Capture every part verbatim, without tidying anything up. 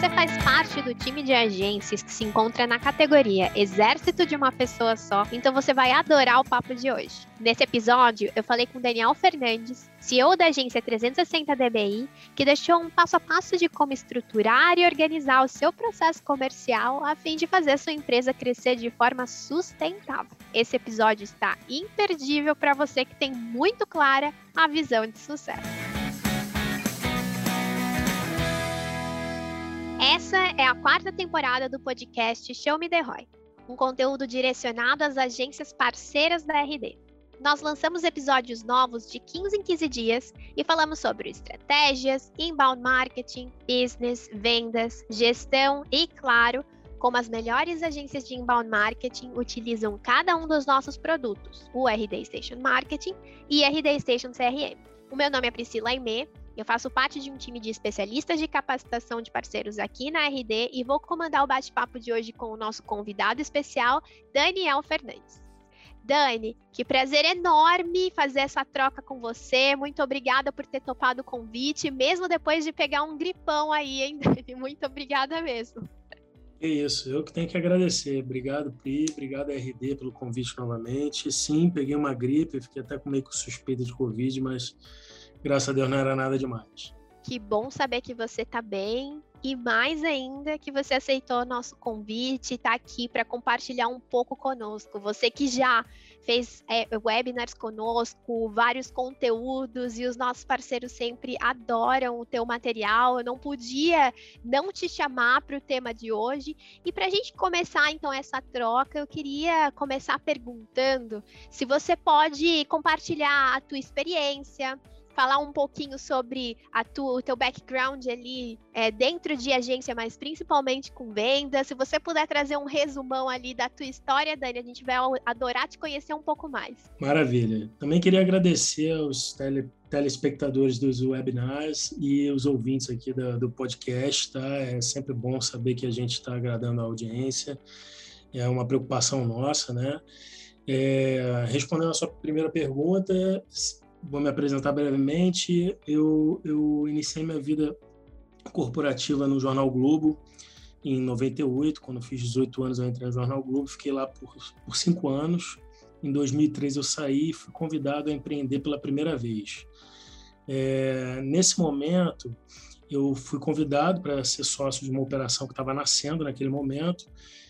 você faz parte do time de agências que se encontra na categoria Exército de uma Pessoa Só, então você vai adorar o papo de hoje. Nesse episódio, eu falei com Daniel Fernandes, C E O da agência trezentos e sessenta D B I, que deixou um passo a passo de como estruturar e organizar o seu processo comercial a fim de fazer a sua empresa crescer de forma sustentável. Esse episódio está imperdível para você que tem muito clara a visão de sucesso. Essa é a quarta temporada do podcast Show Me The R O I, um conteúdo direcionado às agências parceiras da R D. Nós lançamos episódios novos de quinze em quinze dias e falamos sobre estratégias, inbound marketing, business, vendas, gestão e, claro, como as melhores agências de inbound marketing utilizam cada um dos nossos produtos, o R D Station Marketing e R D Station C R M. O meu nome é Priscila Aimé. Eu faço parte de um time de especialistas de capacitação de parceiros aqui na R D e vou comandar o bate-papo de hoje com o nosso convidado especial, Daniel Fernandes. Dani, que prazer enorme fazer essa troca com você. Muito obrigada por ter topado o convite, mesmo depois de pegar um gripão aí, hein, Dani? Muito obrigada mesmo. É isso, eu que tenho que agradecer. Obrigado, Pri, obrigado R D pelo convite novamente. Sim, peguei uma gripe, fiquei até com meio com suspeita de Covid, mas graças a Deus não era nada demais. Que bom saber que você está bem e mais ainda que você aceitou o nosso convite e está aqui para compartilhar um pouco conosco. Você que já fez é, webinars conosco, vários conteúdos e os nossos parceiros sempre adoram o teu material. Eu não podia não te chamar para o tema de hoje. E para a gente começar então essa troca, eu queria começar perguntando se você pode compartilhar a tua experiência, falar um pouquinho sobre a tua, o teu background ali é, dentro de agência, mas principalmente com venda. Se você puder trazer um resumão ali da tua história, Dani, a gente vai adorar te conhecer um pouco mais. Maravilha. Também queria agradecer aos tele, telespectadores dos webinars e os ouvintes aqui do, do podcast, tá? É sempre bom saber que a gente está agradando a audiência. É uma preocupação nossa, né? É, respondendo a sua primeira pergunta, vou me apresentar brevemente. Eu, eu iniciei minha vida corporativa no Jornal Globo em noventa e oito. Quando eu fiz dezoito anos, eu entrei no Jornal Globo. Fiquei lá por, por cinco anos. Em dois mil e três, eu saí e fui convidado a empreender pela primeira vez. É, nesse momento, eu fui convidado para ser sócio de uma operação que estava nascendo naquele momento.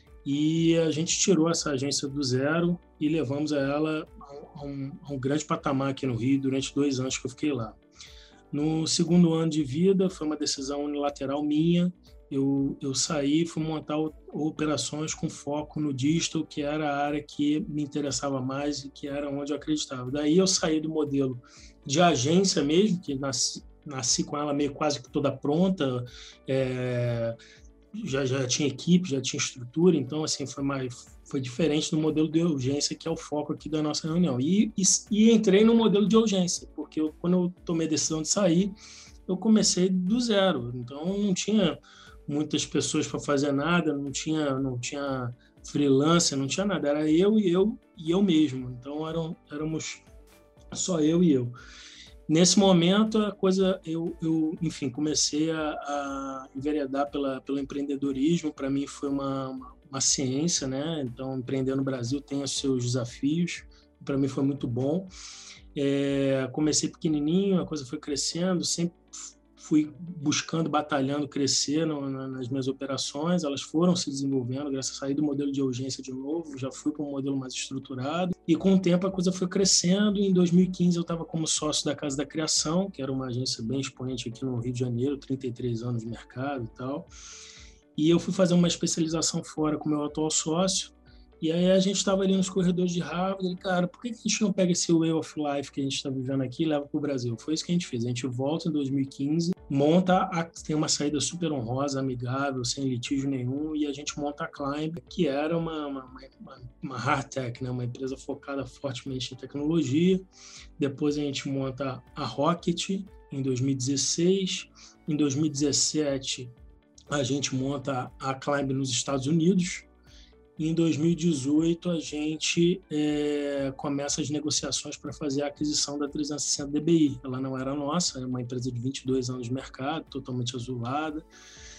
E a gente tirou essa agência do zero e levamos ela a um, a um grande patamar aqui no Rio durante dois anos que eu fiquei lá. No segundo ano de vida, foi uma decisão unilateral minha. Eu, eu saí e fui montar operações com foco no digital, que era a área que me interessava mais e que era onde eu acreditava. Daí eu saí do modelo de agência mesmo, que nasci, nasci com ela meio quase que toda pronta, é, Já, já tinha equipe, já tinha estrutura, então assim foi mais foi diferente do modelo de urgência, que é o foco aqui da nossa reunião. E, e, e entrei no modelo de urgência, porque eu, quando eu tomei a decisão de sair, eu comecei do zero. Então não tinha muitas pessoas para fazer nada, não tinha não tinha freelancer, não tinha nada, era eu e eu e eu mesmo. Então eram éramos só eu e eu. Nesse momento, a coisa, eu, eu enfim, comecei a, a enveredar pela, pelo empreendedorismo. Para mim foi uma, uma, uma ciência, né? Então, empreender no Brasil tem os seus desafios. Para mim foi muito bom. É, comecei pequenininho, a coisa foi crescendo, sempre fui buscando, batalhando, crescer no, na, nas minhas operações. Elas foram se desenvolvendo, graças a sair do modelo de urgência de novo, já fui para um modelo mais estruturado. E com o tempo a coisa foi crescendo. Em dois mil e quinze eu estava como sócio da Casa da Criação, que era uma agência bem expoente aqui no Rio de Janeiro, trinta e três anos de mercado e tal. E eu fui fazer uma especialização fora com o meu atual sócio. E aí a gente estava ali nos corredores de Harvard, e, cara, por que a gente não pega esse way of life que a gente está vivendo aqui e leva para o Brasil? Foi isso que a gente fez. A gente volta em dois mil e quinze, monta, a, tem uma saída super honrosa, amigável, sem litígio nenhum, e a gente monta a Climb, que era uma, uma, uma, uma hard tech, né? Uma empresa focada fortemente em tecnologia. Depois a gente monta a Rocket em dois mil e dezesseis. Em dois mil e dezessete, a gente monta a Climb nos Estados Unidos. Em dois mil e dezoito, a gente é, começa as negociações para fazer a aquisição da trezentos e sessenta D B I. Ela não era nossa, era uma empresa de vinte e dois anos de mercado, totalmente azulada.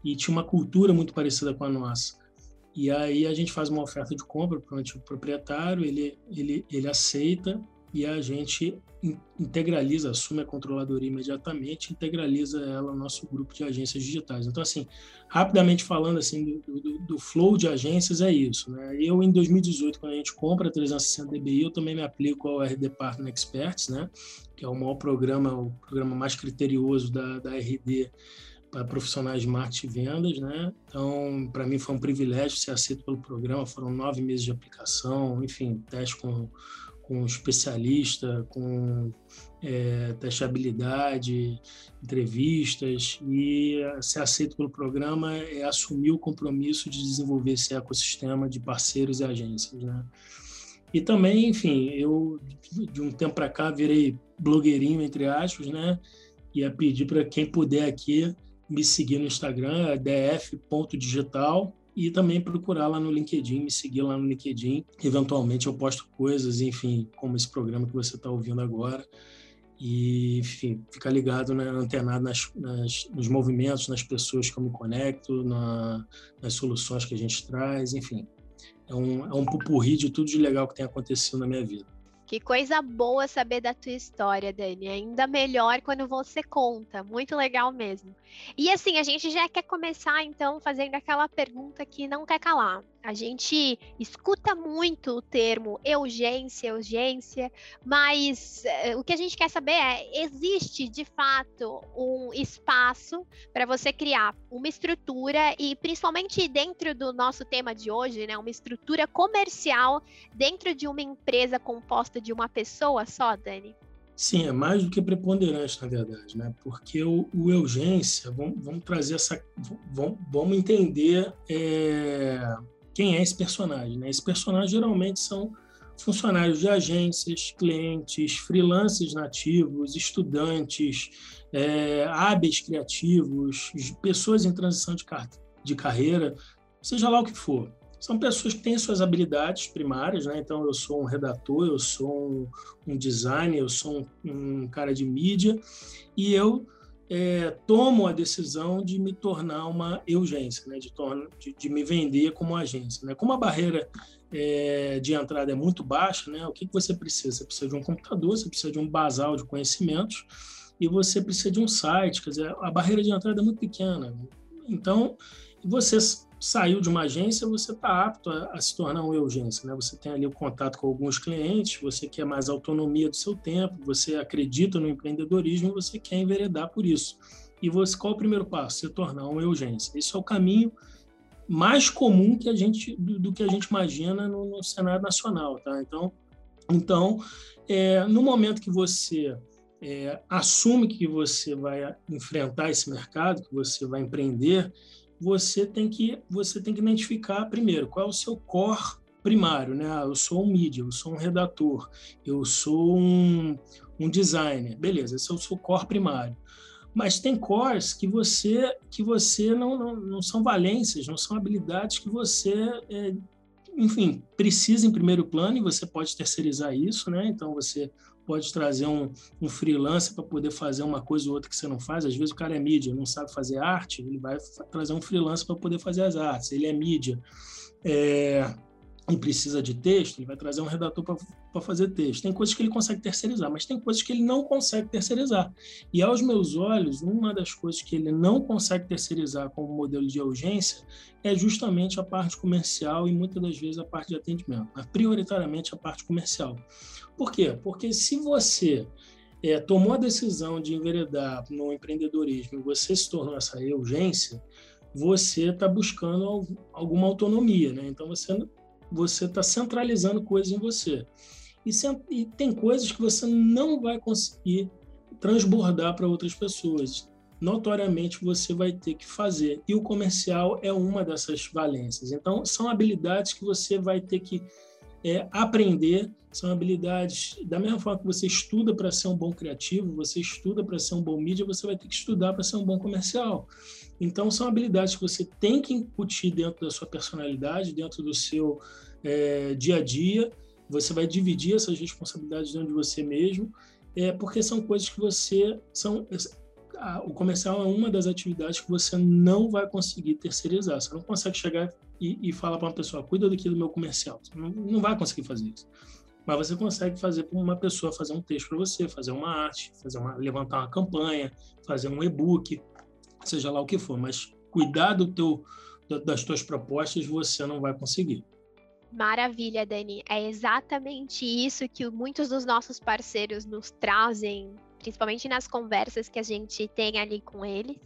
e tinha uma cultura muito parecida com a nossa. E aí a gente faz uma oferta de compra para o antigo proprietário, ele, ele, ele aceita e a gente integraliza, assume a controladoria imediatamente, integraliza ela no nosso grupo de agências digitais. Então, assim, rapidamente falando assim, do, do, do flow de agências, é isso, né? Eu, em dois mil e dezoito, quando a gente compra a trezentos e sessenta D B I, eu também me aplico ao R D Partner Experts, né? Que é o maior programa, o programa mais criterioso da, da R D para profissionais de marketing e vendas, né? Então, para mim foi um privilégio ser aceito pelo programa, foram nove meses de aplicação, enfim, teste com com especialista, com é, teste de habilidade, entrevistas, e ser aceito pelo programa é assumir o compromisso de desenvolver esse ecossistema de parceiros e agências, né? E também, enfim, eu de um tempo para cá virei blogueirinho, entre aspas, né? E a pedir para quem puder aqui me seguir no Instagram, d f ponto digital, e também procurar lá no LinkedIn, me seguir lá no LinkedIn. Eventualmente eu posto coisas, enfim, como esse programa que você está ouvindo agora. E, enfim, ficar ligado, né, antenado nas, nas, nos movimentos, nas pessoas que eu me conecto, na, nas soluções que a gente traz, enfim. É um, é um pupurri de tudo de legal que tem acontecido na minha vida. Que coisa boa saber da tua história, Dani. Ainda melhor quando você conta. Muito legal mesmo. E assim, a gente já quer começar, então, fazendo aquela pergunta que não quer calar. A gente escuta muito o termo urgência, urgência, mas uh, o que a gente quer saber é, existe, de fato, um espaço para você criar uma estrutura e, principalmente dentro do nosso tema de hoje, né, uma estrutura comercial dentro de uma empresa composta de uma pessoa só, Dani? Sim, é mais do que preponderante, na verdade, né? Porque o, o urgência, vamos, vamos trazer essa... Vamos, vamos entender... É... quem é esse personagem, né? Esse personagem geralmente são funcionários de agências, clientes, freelancers nativos, estudantes, é, hábeis criativos, pessoas em transição de, car de carreira, seja lá o que for. São pessoas que têm suas habilidades primárias, né? Então, eu sou um redator, eu sou um, um designer, eu sou um, um cara de mídia, e eu É, tomo a decisão de me tornar uma urgência, né? de, de, de me vender como agência. Né? Como a barreira é, de entrada é muito baixa, né? O que, que você precisa? Você precisa de um computador, você precisa de um basal de conhecimentos e você precisa de um site. Quer dizer, a barreira de entrada é muito pequena. Então, você saiu de uma agência, você está apto a, a se tornar uma urgência. Né? Você tem ali o contato com alguns clientes, você quer mais autonomia do seu tempo, você acredita no empreendedorismo, você quer enveredar por isso. E você, qual é o primeiro passo? Se tornar uma urgência. Esse é o caminho mais comum que a gente, do, do que a gente imagina no, no cenário nacional. Tá? Então, então é, no momento que você é, assume que você vai enfrentar esse mercado, que você vai empreender, você tem que, você tem que identificar primeiro qual é o seu core primário, né? Ah, eu sou um mídia, eu sou um redator, eu sou um, um designer, beleza, esse é o seu core primário. Mas tem cores que você, que você não, não, não são valências, não são habilidades que você, é, enfim, precisa em primeiro plano, e você pode terceirizar isso, né? Então você pode trazer um, um freelancer para poder fazer uma coisa ou outra que você não faz. Às vezes o cara é mídia, não sabe fazer arte, ele vai trazer um freelancer para poder fazer as artes. Ele é mídia é, e precisa de texto, ele vai trazer um redator para fazer texto. Tem coisas que ele consegue terceirizar, mas tem coisas que ele não consegue terceirizar. E aos meus olhos, uma das coisas que ele não consegue terceirizar como modelo de urgência é justamente a parte comercial e muitas das vezes a parte de atendimento, mas prioritariamente a parte comercial. Por quê? Porque se você é, tomou a decisão de enveredar no empreendedorismo e você se tornou essa urgência, você está buscando alguma autonomia, né? Então você você está centralizando coisas em você. E, e tem coisas que você não vai conseguir transbordar para outras pessoas. Notoriamente você vai ter que fazer. E o comercial é uma dessas valências. Então, são habilidades que você vai ter que é, aprender, são habilidades, da mesma forma que você estuda para ser um bom criativo, você estuda para ser um bom mídia, você vai ter que estudar para ser um bom comercial. Então, são habilidades que você tem que incutir dentro da sua personalidade, dentro do seu é, dia a dia. Você vai dividir essas responsabilidades dentro de você mesmo, é, porque são coisas que você... são a, o comercial é uma das atividades que você não vai conseguir terceirizar. Você não consegue chegar e, e falar para uma pessoa, cuida daqui do meu comercial. Você não, não vai conseguir fazer isso. Mas você consegue fazer para uma pessoa fazer um texto para você, fazer uma arte, fazer uma, levantar uma campanha, fazer um e-book, seja lá o que for. Mas cuidar do teu, das tuas propostas você não vai conseguir. Maravilha, Dani. É exatamente isso que muitos dos nossos parceiros nos trazem, principalmente nas conversas que a gente tem ali com eles.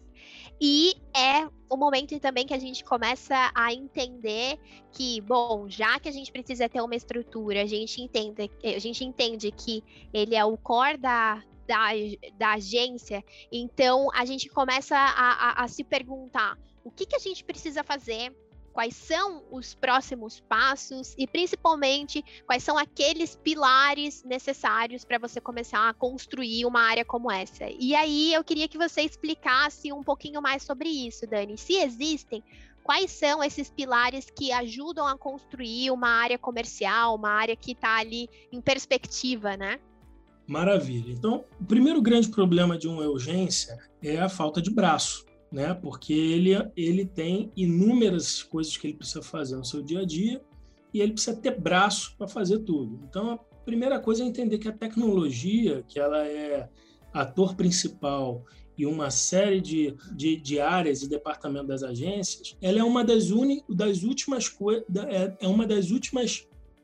E é o momento também que a gente começa a entender que, bom, já que a gente precisa ter uma estrutura, a gente entende, a gente entende que ele é o core da, da, da agência, então a gente começa a, a, a se perguntar o que, que a gente precisa fazer, quais são os próximos passos e, principalmente, quais são aqueles pilares necessários para você começar a construir uma área como essa. E aí eu queria que você explicasse um pouquinho mais sobre isso, Dani. Se existem, quais são esses pilares que ajudam a construir uma área comercial, uma área que está ali em perspectiva, né? Maravilha. Então, o primeiro grande problema de uma urgência é a falta de braço. Né? Porque ele, ele tem inúmeras coisas que ele precisa fazer no seu dia a dia e ele precisa ter braço para fazer tudo. Então, a primeira coisa é entender que a tecnologia, que ela é ator principal e uma série de, de, de áreas e departamentos das agências, ela é uma das, uni, das últimas coisas, é, é uma das últimas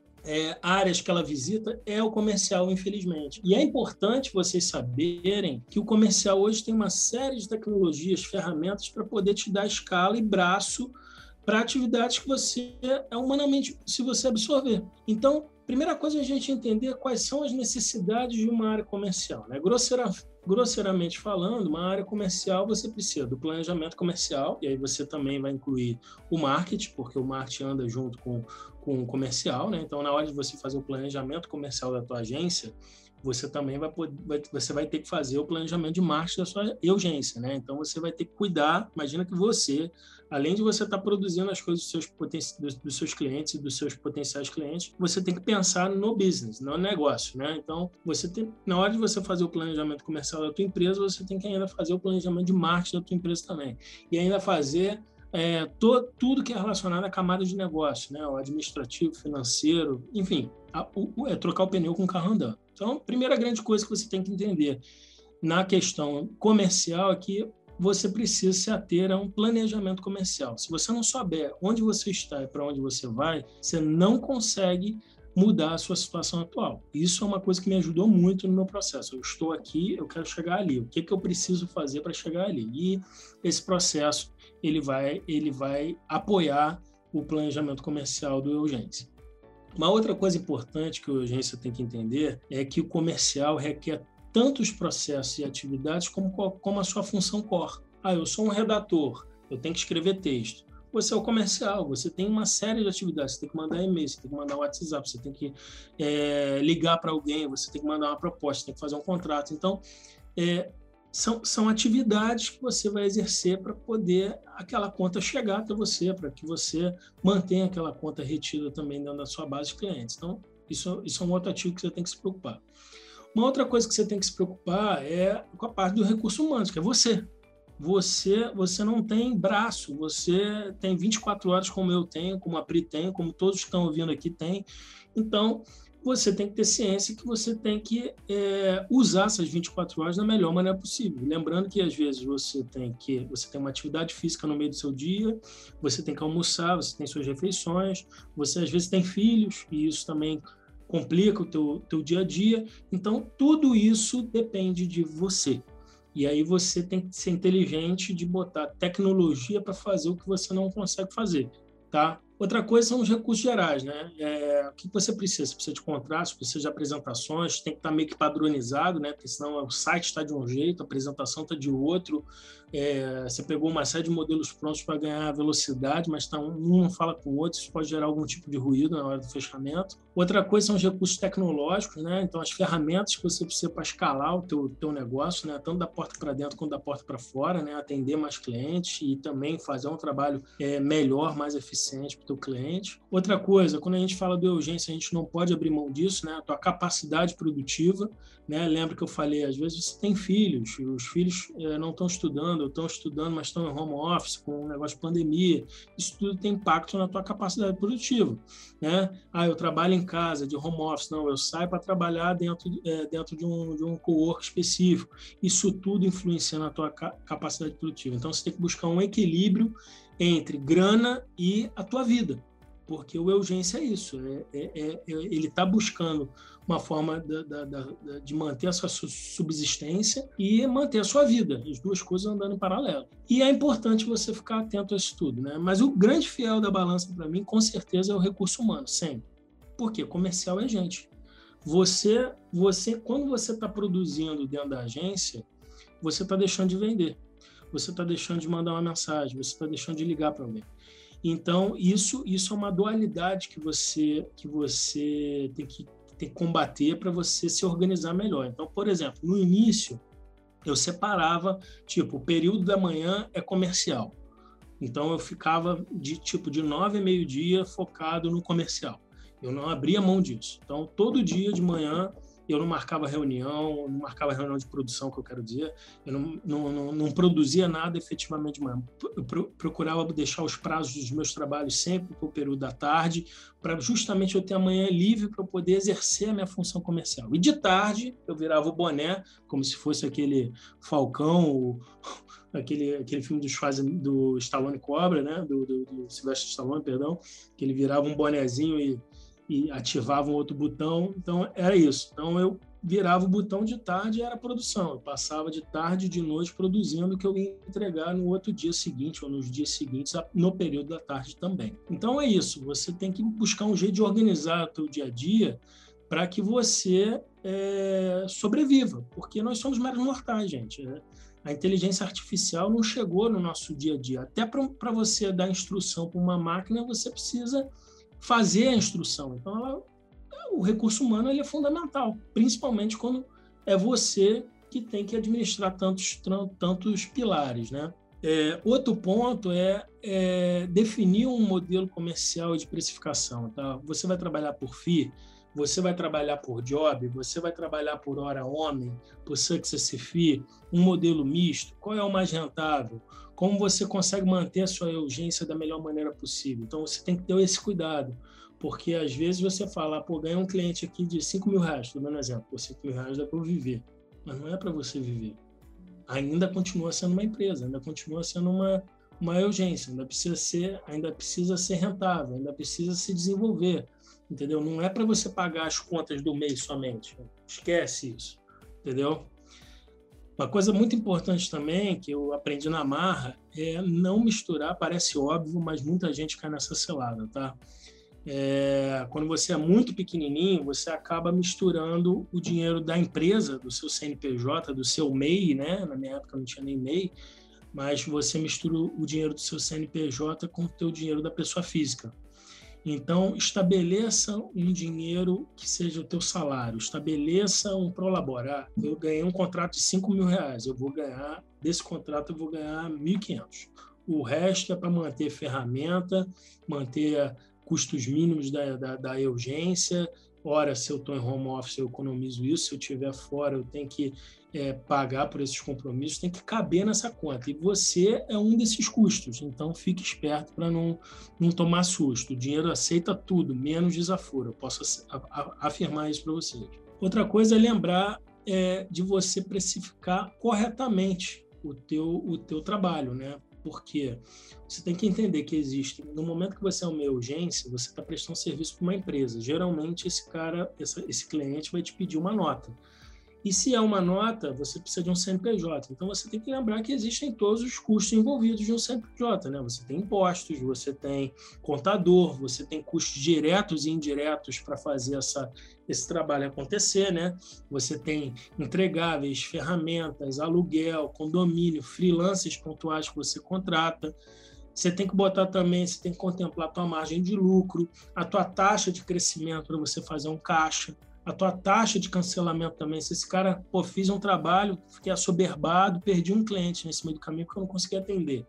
É, áreas que ela visita é o comercial, infelizmente. E é importante vocês saberem que o comercial hoje tem uma série de tecnologias, ferramentas para poder te dar escala e braço para atividades que você é humanamente possível você absorver. Então, primeira coisa é a gente entender quais são as necessidades de uma área comercial. Né? Grosseira, grosseiramente falando, uma área comercial você precisa do planejamento comercial, e aí você também vai incluir o marketing, porque o marketing anda junto com com o comercial, né? Então, na hora de você fazer o planejamento comercial da tua agência, você também vai, poder, vai, você vai ter que fazer o planejamento de marketing da sua agência, né? Então, você vai ter que cuidar. Imagina que você, além de você estar produzindo as coisas dos seus, poten, dos, dos seus clientes e dos seus potenciais clientes, você tem que pensar no business, no negócio, né? Então, você tem, na hora de você fazer o planejamento comercial da tua empresa, você tem que ainda fazer o planejamento de marketing da tua empresa também. E ainda fazer É, to, tudo que é relacionado à camada de negócio, né? O administrativo, financeiro, enfim, a, o, é trocar o pneu com o carro andando. Então, a primeira grande coisa que você tem que entender na questão comercial é que você precisa se ater a um planejamento comercial. Se você não souber onde você está e para onde você vai, você não consegue mudar a sua situação atual. Isso é uma coisa que me ajudou muito no meu processo. Eu estou aqui, eu quero chegar ali. O que, que eu preciso fazer para chegar ali? E esse processo ele vai, ele vai apoiar o planejamento comercial do Urgência. Uma outra coisa importante que o Urgência tem que entender é que o comercial requer tantos processos e atividades como, como a sua função core. Ah, eu sou um redator, eu tenho que escrever texto. Você é o comercial, você tem uma série de atividades, você tem que mandar e-mail, você tem que mandar WhatsApp, você tem que é, ligar para alguém, você tem que mandar uma proposta, você tem que fazer um contrato. Então, é, são, são atividades que você vai exercer para poder aquela conta chegar até você, para que você mantenha aquela conta retida também dentro da sua base de clientes. Então, isso, isso é um outro ativo que você tem que se preocupar. Uma outra coisa que você tem que se preocupar é com a parte do recurso humano, que é você. Você, você não tem braço, você tem vinte e quatro horas como eu tenho, como a Pri tem, como todos que estão ouvindo aqui têm. Então, você tem que ter ciência que você tem que é, usar essas vinte e quatro horas da melhor maneira possível. Lembrando que, às vezes, você tem, que, você tem uma atividade física no meio do seu dia, você tem que almoçar, você tem suas refeições, você, às vezes, tem filhos, e isso também complica o teu, teu dia a dia. Então, tudo isso depende de você. E aí você tem que ser inteligente de botar tecnologia para fazer o que você não consegue fazer, tá? Outra coisa são os recursos gerais, né? É, o que você precisa? Você precisa de contratos, precisa de apresentações, tem que estar meio que padronizado, né? Porque senão o site está de um jeito, a apresentação está de outro. É, você pegou uma série de modelos prontos para ganhar velocidade, mas tá um, um não fala com o outro, isso pode gerar algum tipo de ruído na hora do fechamento. Outra coisa são os recursos tecnológicos, né? Então, as ferramentas que você precisa para escalar o teu, teu negócio, né? Tanto da porta para dentro quanto da porta para fora, né? Atender mais clientes e também fazer um trabalho é, melhor, mais eficiente para o teu cliente. Outra coisa, quando a gente fala do urgência, a gente não pode abrir mão disso, né? A tua capacidade produtiva, né? Lembra que eu falei, às vezes você tem filhos, os filhos é, não estão estudando, estão estudando, mas estão em home office, com um negócio de pandemia. Isso tudo tem impacto na tua capacidade produtiva, né? Ah, eu trabalho em casa, de home office. Não, eu saio para trabalhar dentro, é, dentro de um, de um cowork específico. Isso tudo influencia na tua capacidade produtiva. Então, você tem que buscar um equilíbrio entre grana e a tua vida, porque o urgência é isso, é, é, é, ele está buscando uma forma de, de, de manter a sua subsistência e manter a sua vida, as duas coisas andando em paralelo. E é importante você ficar atento a isso tudo, né? Mas o grande fiel da balança para mim, com certeza, é o recurso humano, sempre. Porque comercial é gente. Você, você quando você está produzindo dentro da agência, você está deixando de vender. Você está deixando de mandar uma mensagem, você está deixando de ligar para alguém. Então, isso, isso é uma dualidade que você, que você tem, que, tem que combater para você se organizar melhor. Então, por exemplo, no início, eu separava, tipo, o período da manhã é comercial. Então, eu ficava de, tipo, de nove a meio-dia focado no comercial. Eu não abria mão disso. Então, todo dia de manhã, eu não marcava reunião, não marcava reunião de produção, que eu quero dizer, eu não, não, não, não produzia nada efetivamente de manhã. Eu procurava deixar os prazos dos meus trabalhos sempre para o período da tarde, para justamente eu ter a manhã livre para eu poder exercer a minha função comercial. E de tarde, eu virava o boné, como se fosse aquele Falcão, o, aquele, aquele filme do, Schwarzenegger, do Stallone Cobra, né? do, do, do Sylvester Stallone, perdão, que ele virava um bonezinho e e ativava um outro botão, então era isso. Então eu virava o botão de tarde e era produção, eu passava de tarde e de noite produzindo o que eu ia entregar no outro dia seguinte ou nos dias seguintes, no período da tarde também. Então é isso, você tem que buscar um jeito de organizar o teu dia a dia para que você é, sobreviva, porque nós somos meros mortais, gente, né? A inteligência artificial não chegou no nosso dia a dia. Até para você dar instrução para uma máquina, você precisa fazer a instrução. Então, ela, o recurso humano ele é fundamental, principalmente quando é você que tem que administrar tantos, tantos pilares, né? É, outro ponto é, é definir um modelo comercial de precificação. Tá? Você vai trabalhar por F I I, você vai trabalhar por job, você vai trabalhar por hora homem, por success fee, um modelo misto, qual é o mais rentável? Como você consegue manter a sua urgência da melhor maneira possível? Então, você tem que ter esse cuidado, porque às vezes você fala, pô, ganhei um cliente aqui de cinco mil reais, estou dando um exemplo, pô, cinco mil reais dá para eu viver, mas não é para você viver. Ainda continua sendo uma empresa, ainda continua sendo uma, uma urgência, ainda precisa ser, ainda precisa ser rentável, ainda precisa se desenvolver, entendeu? Não é para você pagar as contas do mês somente, esquece isso, entendeu? Uma coisa muito importante também, que eu aprendi na marra, é não misturar, parece óbvio, mas muita gente cai nessa cilada, tá? É, quando você é muito pequenininho, você acaba misturando o dinheiro da empresa, do seu C N P J, do seu M E I, né? Na minha época não tinha nem M E I, mas você mistura o dinheiro do seu C N P J com o teu dinheiro da pessoa física. Então, estabeleça um dinheiro que seja o teu salário, estabeleça um prolaborar. Eu ganhei um contrato de cinco mil reais, eu vou ganhar, desse contrato eu vou ganhar mil e quinhentos. O resto é para manter ferramenta, manter custos mínimos da, da, da urgência. Ora, se eu estou em home office, eu economizo isso. Se eu estiver fora, eu tenho que é, pagar por esses compromissos. Tem que caber nessa conta. E você é um desses custos. Então, fique esperto para não, não tomar susto. O dinheiro aceita tudo, menos desaforo. Eu posso a, a, afirmar isso para vocês. Outra coisa é lembrar é, de você precificar corretamente o teu, o teu trabalho, né? Porque você tem que entender que existe, no momento que você é uma urgência, você está prestando serviço para uma empresa. Geralmente, esse cara, esse, esse cliente vai te pedir uma nota. E se é uma nota, você precisa de um C N P J. Então, você tem que lembrar que existem todos os custos envolvidos de um C N P J, né? Você tem impostos, você tem contador, você tem custos diretos e indiretos para fazer essa, esse trabalho acontecer, né? Você tem entregáveis, ferramentas, aluguel, condomínio, freelancers pontuais que você contrata. Você tem que botar também, você tem que contemplar a tua margem de lucro, a tua taxa de crescimento para você fazer um caixa, a tua taxa de cancelamento também. Se esse cara, pô, fiz um trabalho, fiquei assoberbado, perdi um cliente nesse meio do caminho porque eu não consegui atender.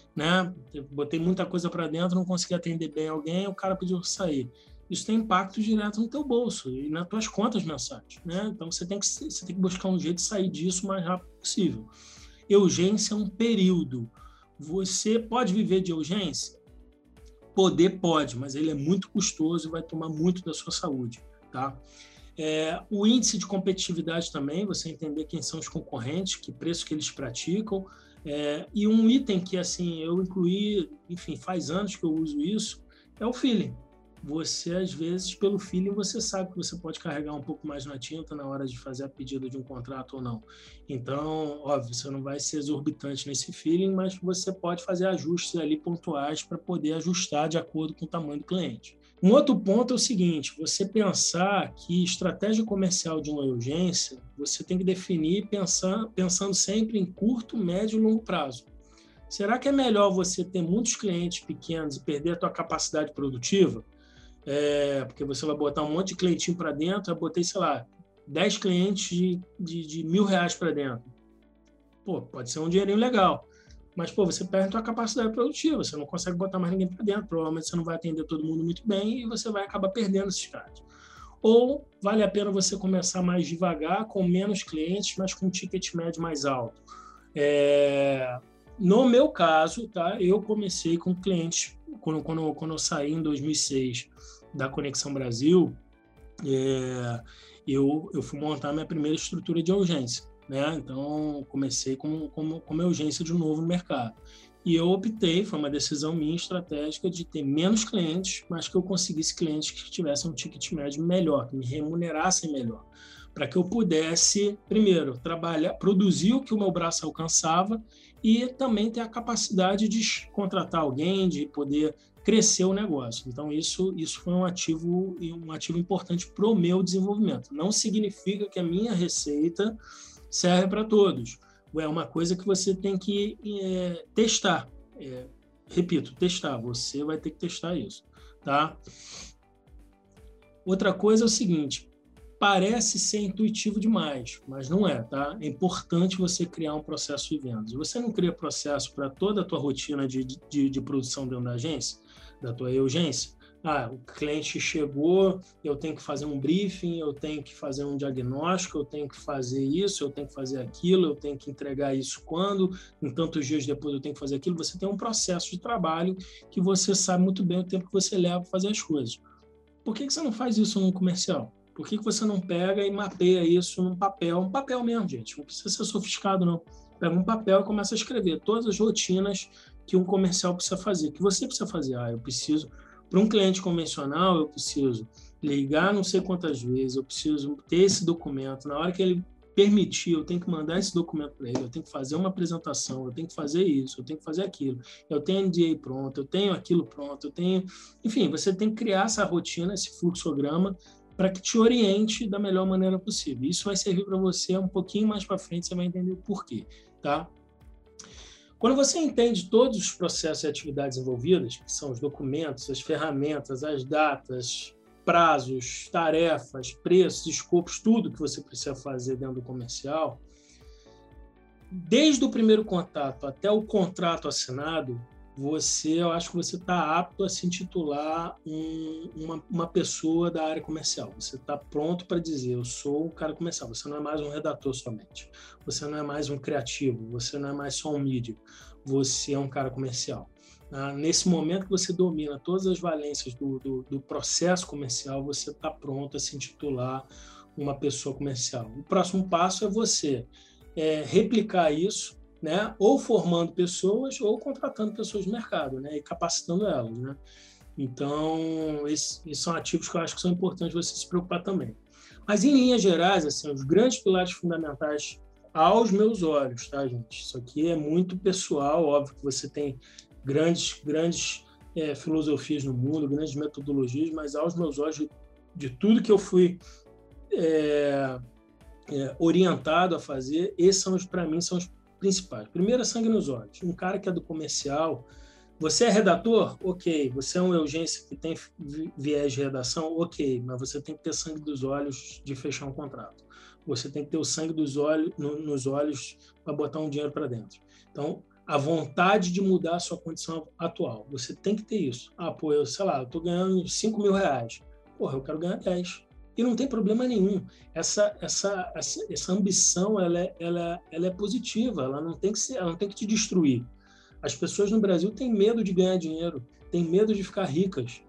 né? Eu botei muita coisa para dentro, não consegui atender bem alguém, o cara pediu para sair. Isso tem impacto direto no teu bolso e nas tuas contas mensais, né? Então você tem que você tem que buscar um jeito de sair disso o mais rápido possível. Urgência é um período. Você pode viver de urgência? Poder pode, mas ele é muito custoso e vai tomar muito da sua saúde, tá? É, o índice de competitividade também, você entender quem são os concorrentes, que preço que eles praticam, é, e um item que assim eu incluí, enfim, faz anos que eu uso isso, é o feeling. Você, às vezes, pelo feeling, você sabe que você pode carregar um pouco mais na tinta na hora de fazer a pedida de um contrato ou não. Então, óbvio, você não vai ser exorbitante nesse feeling, mas você pode fazer ajustes ali pontuais para poder ajustar de acordo com o tamanho do cliente. Um outro ponto é o seguinte, você pensar que estratégia comercial de uma urgência, você tem que definir pensar, pensando sempre em curto, médio e longo prazo. Será que é melhor você ter muitos clientes pequenos e perder a tua capacidade produtiva? É, porque você vai botar um monte de clientinho para dentro, eu botei, sei lá, dez clientes de, de, de mil reais para dentro. Pô, pode ser um dinheirinho legal, mas pô, você perde a sua capacidade produtiva, você não consegue botar mais ninguém para dentro, provavelmente você não vai atender todo mundo muito bem e você vai acabar perdendo esses caras. Ou vale a pena você começar mais devagar, com menos clientes, mas com um ticket médio mais alto. É... No meu caso, tá, eu comecei com clientes, quando, quando, quando eu saí em dois mil e seis da Conexão Brasil, é, eu, eu fui montar minha primeira estrutura de urgência, né? Então, comecei com, com, com uma urgência de novo no mercado. E eu optei, foi uma decisão minha estratégica de ter menos clientes, mas que eu conseguisse clientes que tivessem um ticket médio melhor, que me remunerassem melhor, para que eu pudesse, primeiro, trabalhar, produzir o que o meu braço alcançava e também ter a capacidade de contratar alguém, de poder crescer o negócio. Então, isso, isso foi um ativo, um ativo importante para o meu desenvolvimento. Não significa que a minha receita serve para todos. É uma coisa que você tem que é, testar. É, repito, testar. Você vai ter que testar isso, tá? Outra coisa é o seguinte, parece ser intuitivo demais, mas não é, tá? É importante você criar um processo de vendas. Você não cria processo para toda a tua rotina de, de, de produção dentro da agência, da tua urgência? Ah, o cliente chegou, eu tenho que fazer um briefing, eu tenho que fazer um diagnóstico, eu tenho que fazer isso, eu tenho que fazer aquilo, eu tenho que entregar isso quando, em tantos dias depois eu tenho que fazer aquilo. Você tem um processo de trabalho que você sabe muito bem o tempo que você leva para fazer as coisas. Por que que você não faz isso no comercial? Por que que você não pega e mapeia isso num papel? Um papel mesmo, gente. Não precisa ser sofisticado, não. Pega um papel e começa a escrever todas as rotinas que um comercial precisa fazer, que você precisa fazer. Ah, eu preciso... Para um cliente convencional, eu preciso ligar não sei quantas vezes, eu preciso ter esse documento. Na hora que ele permitir, eu tenho que mandar esse documento para ele, eu tenho que fazer uma apresentação, eu tenho que fazer isso, eu tenho que fazer aquilo, eu tenho N D A pronto, eu tenho aquilo pronto, eu tenho... Enfim, você tem que criar essa rotina, esse fluxograma, para que te oriente da melhor maneira possível. Isso vai servir para você um pouquinho mais para frente, você vai entender o porquê, tá? Quando você entende todos os processos e atividades envolvidas, que são os documentos, as ferramentas, as datas, prazos, tarefas, preços, escopos, tudo que você precisa fazer dentro do comercial, desde o primeiro contato até o contrato assinado, você, eu acho que você está apto a se intitular um, uma, uma pessoa da área comercial. Você está pronto para dizer, eu sou um cara comercial. Você não é mais um redator somente. Você não é mais um criativo. Você não é mais só um mídia. Você é um cara comercial. Ah, nesse momento que você domina todas as valências do, do, do processo comercial, você está pronto a se intitular uma pessoa comercial. O próximo passo é você é, replicar isso, né? Ou formando pessoas ou contratando pessoas do mercado, né? E capacitando elas, né? Então, esses, esses são ativos que eu acho que são importantes você se preocupar também. Mas, em linhas gerais, assim, os grandes pilares fundamentais aos meus olhos, tá, gente? Isso aqui é muito pessoal, óbvio que você tem grandes, grandes é, filosofias no mundo, grandes metodologias, mas aos meus olhos, de, de tudo que eu fui é, é, orientado a fazer, esses são, para mim, são os principais. Primeiro é sangue nos olhos. Um cara que é do comercial, você é redator? Ok. Você é um urgência que tem viés de redação? Ok. Mas você tem que ter sangue dos olhos de fechar um contrato. Você tem que ter o sangue dos olhos, no, nos olhos para botar um dinheiro para dentro. Então, a vontade de mudar a sua condição atual. Você tem que ter isso. Ah, pô, eu, sei lá, eu estou ganhando cinco mil reais. Porra, eu quero ganhar dez. E não tem problema nenhum. Essa, essa, essa, essa ambição, ela é, ela, ela é positiva, ela não tem que ser, ela não tem que te destruir. As pessoas no Brasil têm medo de ganhar dinheiro, têm medo de ficar ricas.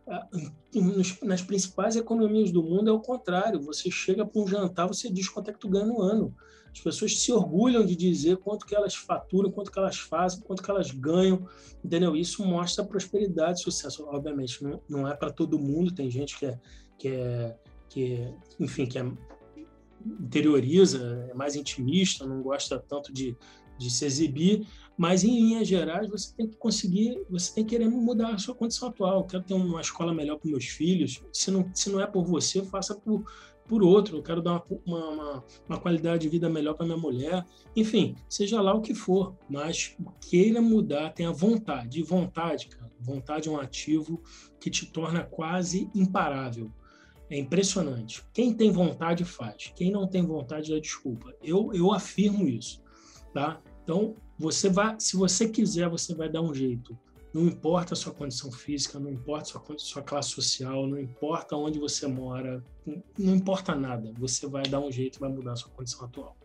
Nas principais economias do mundo é o contrário. Você chega para um jantar, você diz quanto é que tu ganha no ano. As pessoas se orgulham de dizer quanto que elas faturam, quanto que elas fazem, quanto que elas ganham, entendeu? Isso mostra prosperidade, sucesso. Obviamente, não, não é para todo mundo. Tem gente que é, que é, que é, enfim, que é, interioriza, é mais intimista, não gosta tanto de, de se exibir, mas em linhas gerais você tem que conseguir, você tem que querer mudar a sua condição atual. Eu quero ter uma escola melhor para meus filhos. Se não, se não é por você, faça por por outro. Eu quero dar uma, uma, uma qualidade de vida melhor para minha mulher. Enfim, seja lá o que for, mas queira mudar, tenha vontade. E vontade, cara, vontade é um ativo que te torna quase imparável. É impressionante. Quem tem vontade faz. Quem não tem vontade dá desculpa. Eu, eu afirmo isso, tá? Então, você vai, se você quiser, você vai dar um jeito. Não importa a sua condição física, não importa a sua, sua classe social, não importa onde você mora, não importa nada. Você vai dar um jeito e vai mudar a sua condição atual.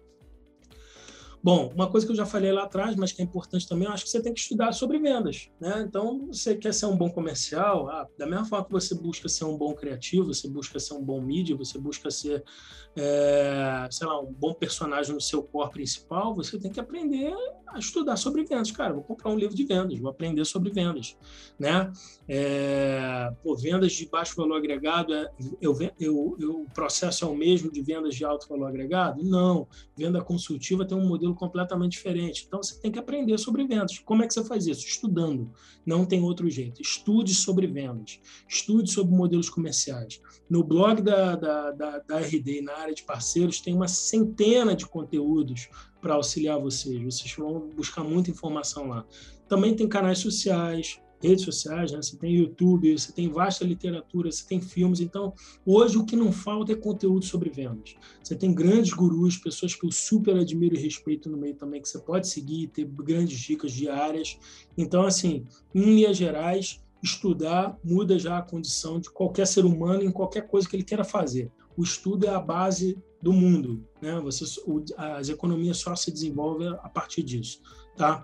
Bom, uma coisa que eu já falei lá atrás, mas que é importante também, eu acho que você tem que estudar sobre vendas, né? Então, você quer ser um bom comercial, ah, da mesma forma que você busca ser um bom criativo, você busca ser um bom mídia, você busca ser, é, sei lá, um bom personagem no seu core principal, você tem que aprender a estudar sobre vendas. Cara, vou comprar um livro de vendas, vou aprender sobre vendas, né? É, pô, vendas de baixo valor agregado, é, eu, eu, eu, o processo é o mesmo de vendas de alto valor agregado? Não. Venda consultiva tem um modelo completamente diferente. Então, você tem que aprender sobre vendas. Como é que você faz isso? Estudando. Não tem outro jeito. Estude sobre vendas. Estude sobre modelos comerciais. No blog da, da, da, da R D, na área de parceiros, tem uma centena de conteúdos para auxiliar vocês. Vocês vão buscar muita informação lá. Também tem canais sociais, redes sociais, né? Você tem YouTube, você tem vasta literatura, você tem filmes. Então, hoje o que não falta é conteúdo sobre vendas. Você tem grandes gurus, pessoas que eu super admiro e respeito no meio também, que você pode seguir, ter grandes dicas diárias. Então, assim, em linhas gerais, estudar muda já a condição de qualquer ser humano em qualquer coisa que ele queira fazer. O estudo é a base do mundo, né? Você, as economias só se desenvolvem a partir disso, tá?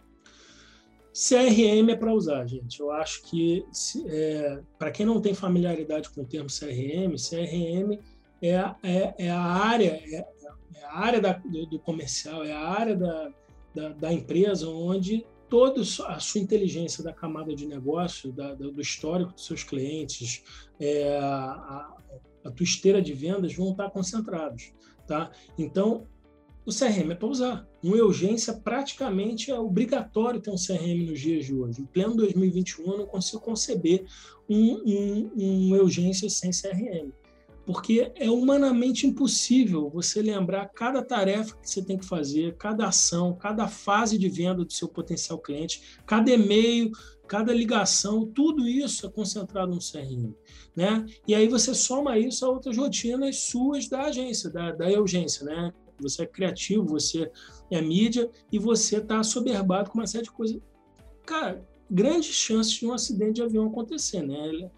C R M é para usar, gente. Eu acho que, é, para quem não tem familiaridade com o termo C R M, C R M é, é, é a área, é, é a área da, do, do comercial, é a área da, da, da empresa onde toda a sua inteligência da camada de negócio, da, do histórico dos seus clientes, é, a, a tua esteira de vendas vão estar concentrados, tá? Então, o C R M é para usar. Uma urgência praticamente é obrigatório ter um C R M nos dias de hoje. Em pleno dois mil e vinte e um, eu não consigo conceber um, um, uma urgência sem C R M. Porque é humanamente impossível você lembrar cada tarefa que você tem que fazer, cada ação, cada fase de venda do seu potencial cliente, cada e-mail, cada ligação, tudo isso é concentrado no C R M, né? E aí você soma isso a outras rotinas suas da agência, da, da urgência, né? Você é criativo, você é mídia e você está assoberbado com uma série de coisas. Cara, grandes chances de um acidente de avião acontecer, né?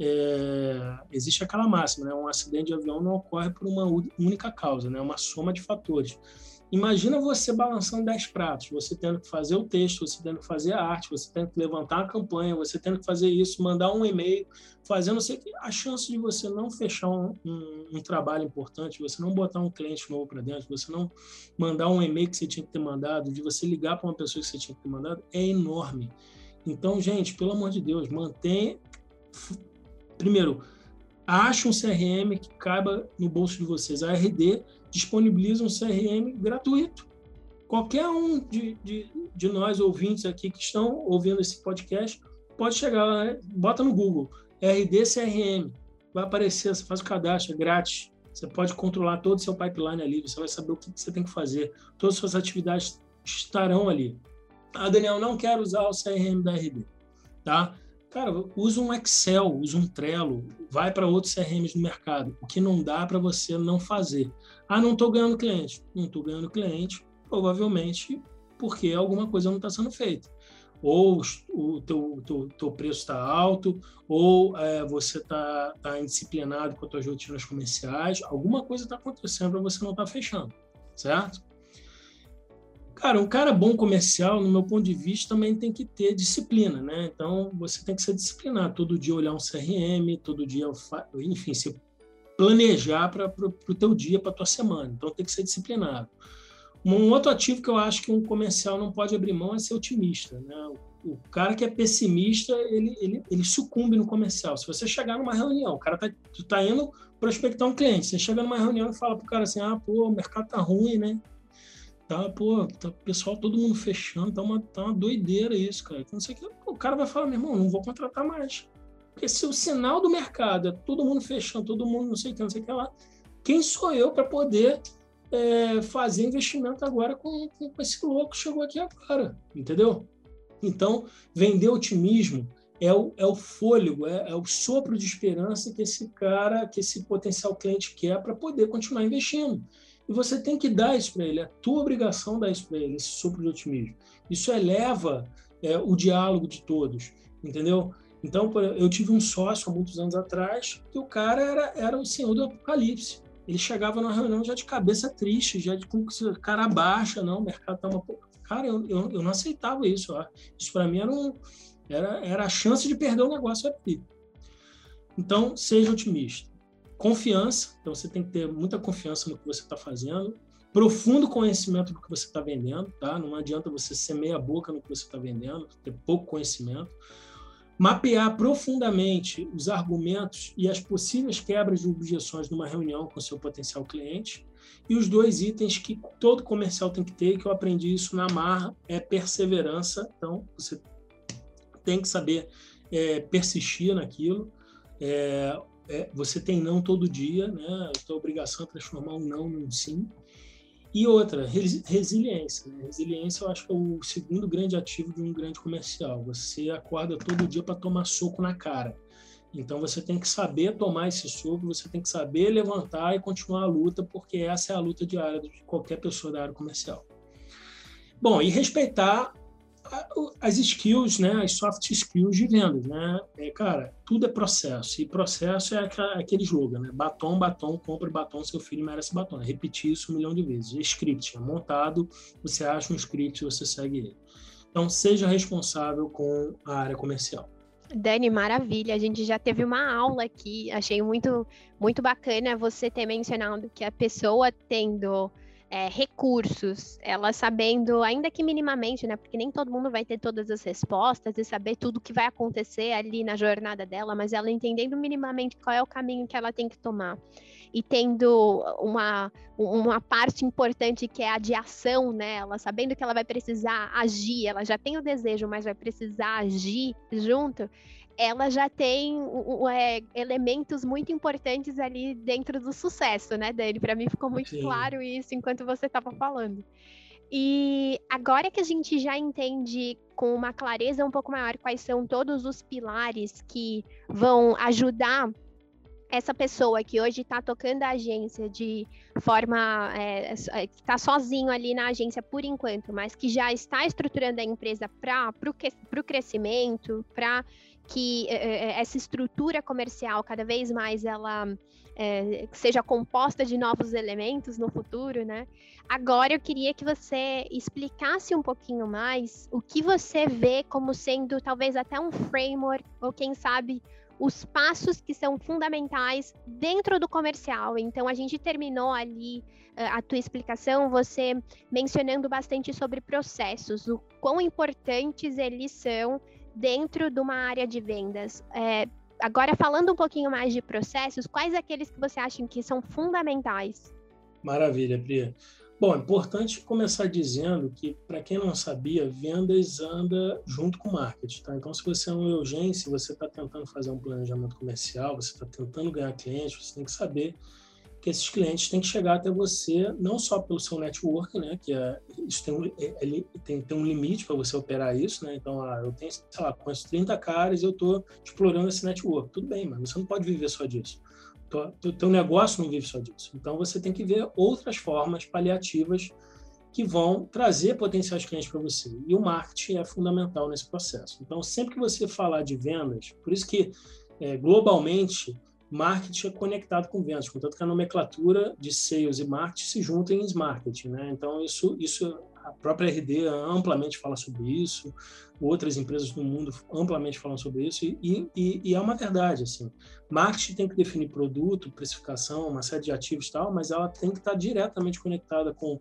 É, existe aquela máxima, né? Um acidente de avião não ocorre por uma única causa, né? Uma soma de fatores. Imagina você balançando dez pratos, você tendo que fazer o texto, você tendo que fazer a arte, você tendo que levantar a campanha, você tendo que fazer isso, mandar um e-mail, fazer não sei o que. A chance de você não fechar um, um, um trabalho importante, você não botar um cliente novo para dentro, você não mandar um e-mail que você tinha que ter mandado, de você ligar para uma pessoa que você tinha que ter mandado, é enorme. Então, gente, pelo amor de Deus, mantenha... Primeiro, ache um C R M que caiba no bolso de vocês. A R D disponibiliza um C R M gratuito. Qualquer um de, de, de nós ouvintes aqui que estão ouvindo esse podcast pode chegar lá, né? Bota no Google, R D C R M, vai aparecer, você faz o cadastro, é grátis. Você pode controlar todo o seu pipeline ali, você vai saber o que você tem que fazer. Todas as suas atividades estarão ali. Ah, Daniel, não quero usar o C R M da R D, tá? Cara, usa um Excel, usa um Trello, vai para outros C R Ms no mercado. O que não dá para você não fazer. Ah, não estou ganhando cliente. Não estou ganhando cliente, provavelmente porque alguma coisa não está sendo feita. Ou o teu, teu, teu preço está alto, ou é, você está tá indisciplinado com as tuas rotinas comerciais, alguma coisa está acontecendo para você não estar tá fechando, certo? Cara, um cara bom comercial, no meu ponto de vista, também tem que ter disciplina, né? Então, você tem que ser disciplinado, todo dia olhar um C R M, todo dia, enfim, se planejar para o teu dia, para a tua semana. Então, tem que ser disciplinado. Um outro ativo que eu acho que um comercial não pode abrir mão é ser otimista, né? O cara que é pessimista, ele, ele, ele sucumbe no comercial. Se você chegar numa reunião, o cara tá, tu tá indo prospectar um cliente, você chega numa reunião e fala pro cara assim, ah, pô, o mercado tá ruim, né? Tá, pô, tá, pessoal, todo mundo fechando, tá uma, tá uma doideira isso, cara. Então, não sei o que, o cara vai falar, meu irmão, não vou contratar mais. Porque se o sinal do mercado é todo mundo fechando, todo mundo não sei o que, não sei o que lá, quem sou eu para poder é, fazer investimento agora com, com esse louco que chegou aqui agora, entendeu? Então, vender otimismo é o, é o fôlego, é, é o sopro de esperança que esse cara, que esse potencial cliente quer para poder continuar investindo. E você tem que dar isso para ele, é a tua obrigação dar isso para ele, esse sopro de otimismo. Isso eleva é, o diálogo de todos, entendeu? Então, eu tive um sócio há muitos anos atrás que o cara era, era o senhor do apocalipse. Ele chegava numa reunião já de cabeça triste, já de com cara baixa, não, o mercado tá uma... Cara, eu, eu, eu não aceitava isso. Ó. Isso para mim era, um, era, era a chance de perder o negócio aqui. Então, seja otimista. Confiança, então você tem que ter muita confiança no que você está fazendo. Profundo conhecimento do que você está vendendo, tá? Não adianta você ser meia boca no que você está vendendo, ter pouco conhecimento. Mapear profundamente os argumentos e as possíveis quebras de objeções numa reunião com seu potencial cliente. E os dois itens que todo comercial tem que ter, que eu aprendi isso na marra, é perseverança. Então, você tem que saber é, persistir naquilo. É, é, você tem não todo dia, né? A tua obrigação é transformar um não num sim. E outra, resiliência. Né? Resiliência eu acho que é o segundo grande ativo de um grande comercial. Você acorda todo dia para tomar soco na cara. Então você tem que saber tomar esse soco, você tem que saber levantar e continuar a luta, porque essa é a luta diária de qualquer pessoa da área comercial. Bom, e respeitar as skills, né, as soft skills de vendas, né? É, cara, tudo é processo, e processo é aquele slogan, né? Batom, batom, compre batom, seu filho merece batom. É repetir isso um milhão de vezes. Script é montado, você acha um script e você segue ele. Então, seja responsável com a área comercial. Dani, maravilha, a gente já teve uma aula aqui, achei muito, muito bacana você ter mencionado que a pessoa tendo É, recursos, ela sabendo, ainda que minimamente, né, porque nem todo mundo vai ter todas as respostas e saber tudo que vai acontecer ali na jornada dela, mas ela entendendo minimamente qual é o caminho que ela tem que tomar e tendo uma, uma parte importante que é a de ação, né, ela sabendo que ela vai precisar agir, ela já tem o desejo, mas vai precisar agir junto, ela já tem é, elementos muito importantes ali dentro do sucesso, né, Dani? Para mim ficou muito Sim. claro isso enquanto você estava falando. E agora que a gente já entende com uma clareza um pouco maior quais são todos os pilares que vão ajudar essa pessoa que hoje está tocando a agência de forma, é, está sozinho ali na agência por enquanto, mas que já está estruturando a empresa para o crescimento, para que é, essa estrutura comercial cada vez mais ela é, seja composta de novos elementos no futuro, né? Agora eu queria que você explicasse um pouquinho mais o que você vê como sendo talvez até um framework, ou quem sabe os passos que são fundamentais dentro do comercial. Então, a gente terminou ali a tua explicação, você mencionando bastante sobre processos, o quão importantes eles são dentro de uma área de vendas. É, agora, falando um pouquinho mais de processos, quais aqueles que você acha que são fundamentais? Maravilha, Pri. Bom, é importante começar dizendo que, para quem não sabia, vendas anda junto com marketing, tá? Então, se você é um agência, você está tentando fazer um planejamento comercial, você está tentando ganhar clientes, você tem que saber que esses clientes têm que chegar até você, não só pelo seu network, né? Que é, isso tem, um, ele tem, tem um limite para você operar isso, né? Então, ah, eu tenho, sei lá, conheço trinta caras e eu estou explorando esse network. Tudo bem, mas você não pode viver só disso. O teu negócio não vive só disso. Então, você tem que ver outras formas paliativas que vão trazer potenciais clientes para você. E o marketing é fundamental nesse processo. Então, sempre que você falar de vendas, por isso que, é, globalmente, marketing é conectado com vendas, contanto que a nomenclatura de sales e marketing se juntam em marketing, né? Então, isso, isso, a própria R D amplamente fala sobre isso, outras empresas do mundo amplamente falam sobre isso, e, e, e é uma verdade, assim. Marketing tem que definir produto, precificação, uma série de ativos e tal, mas ela tem que estar diretamente conectada com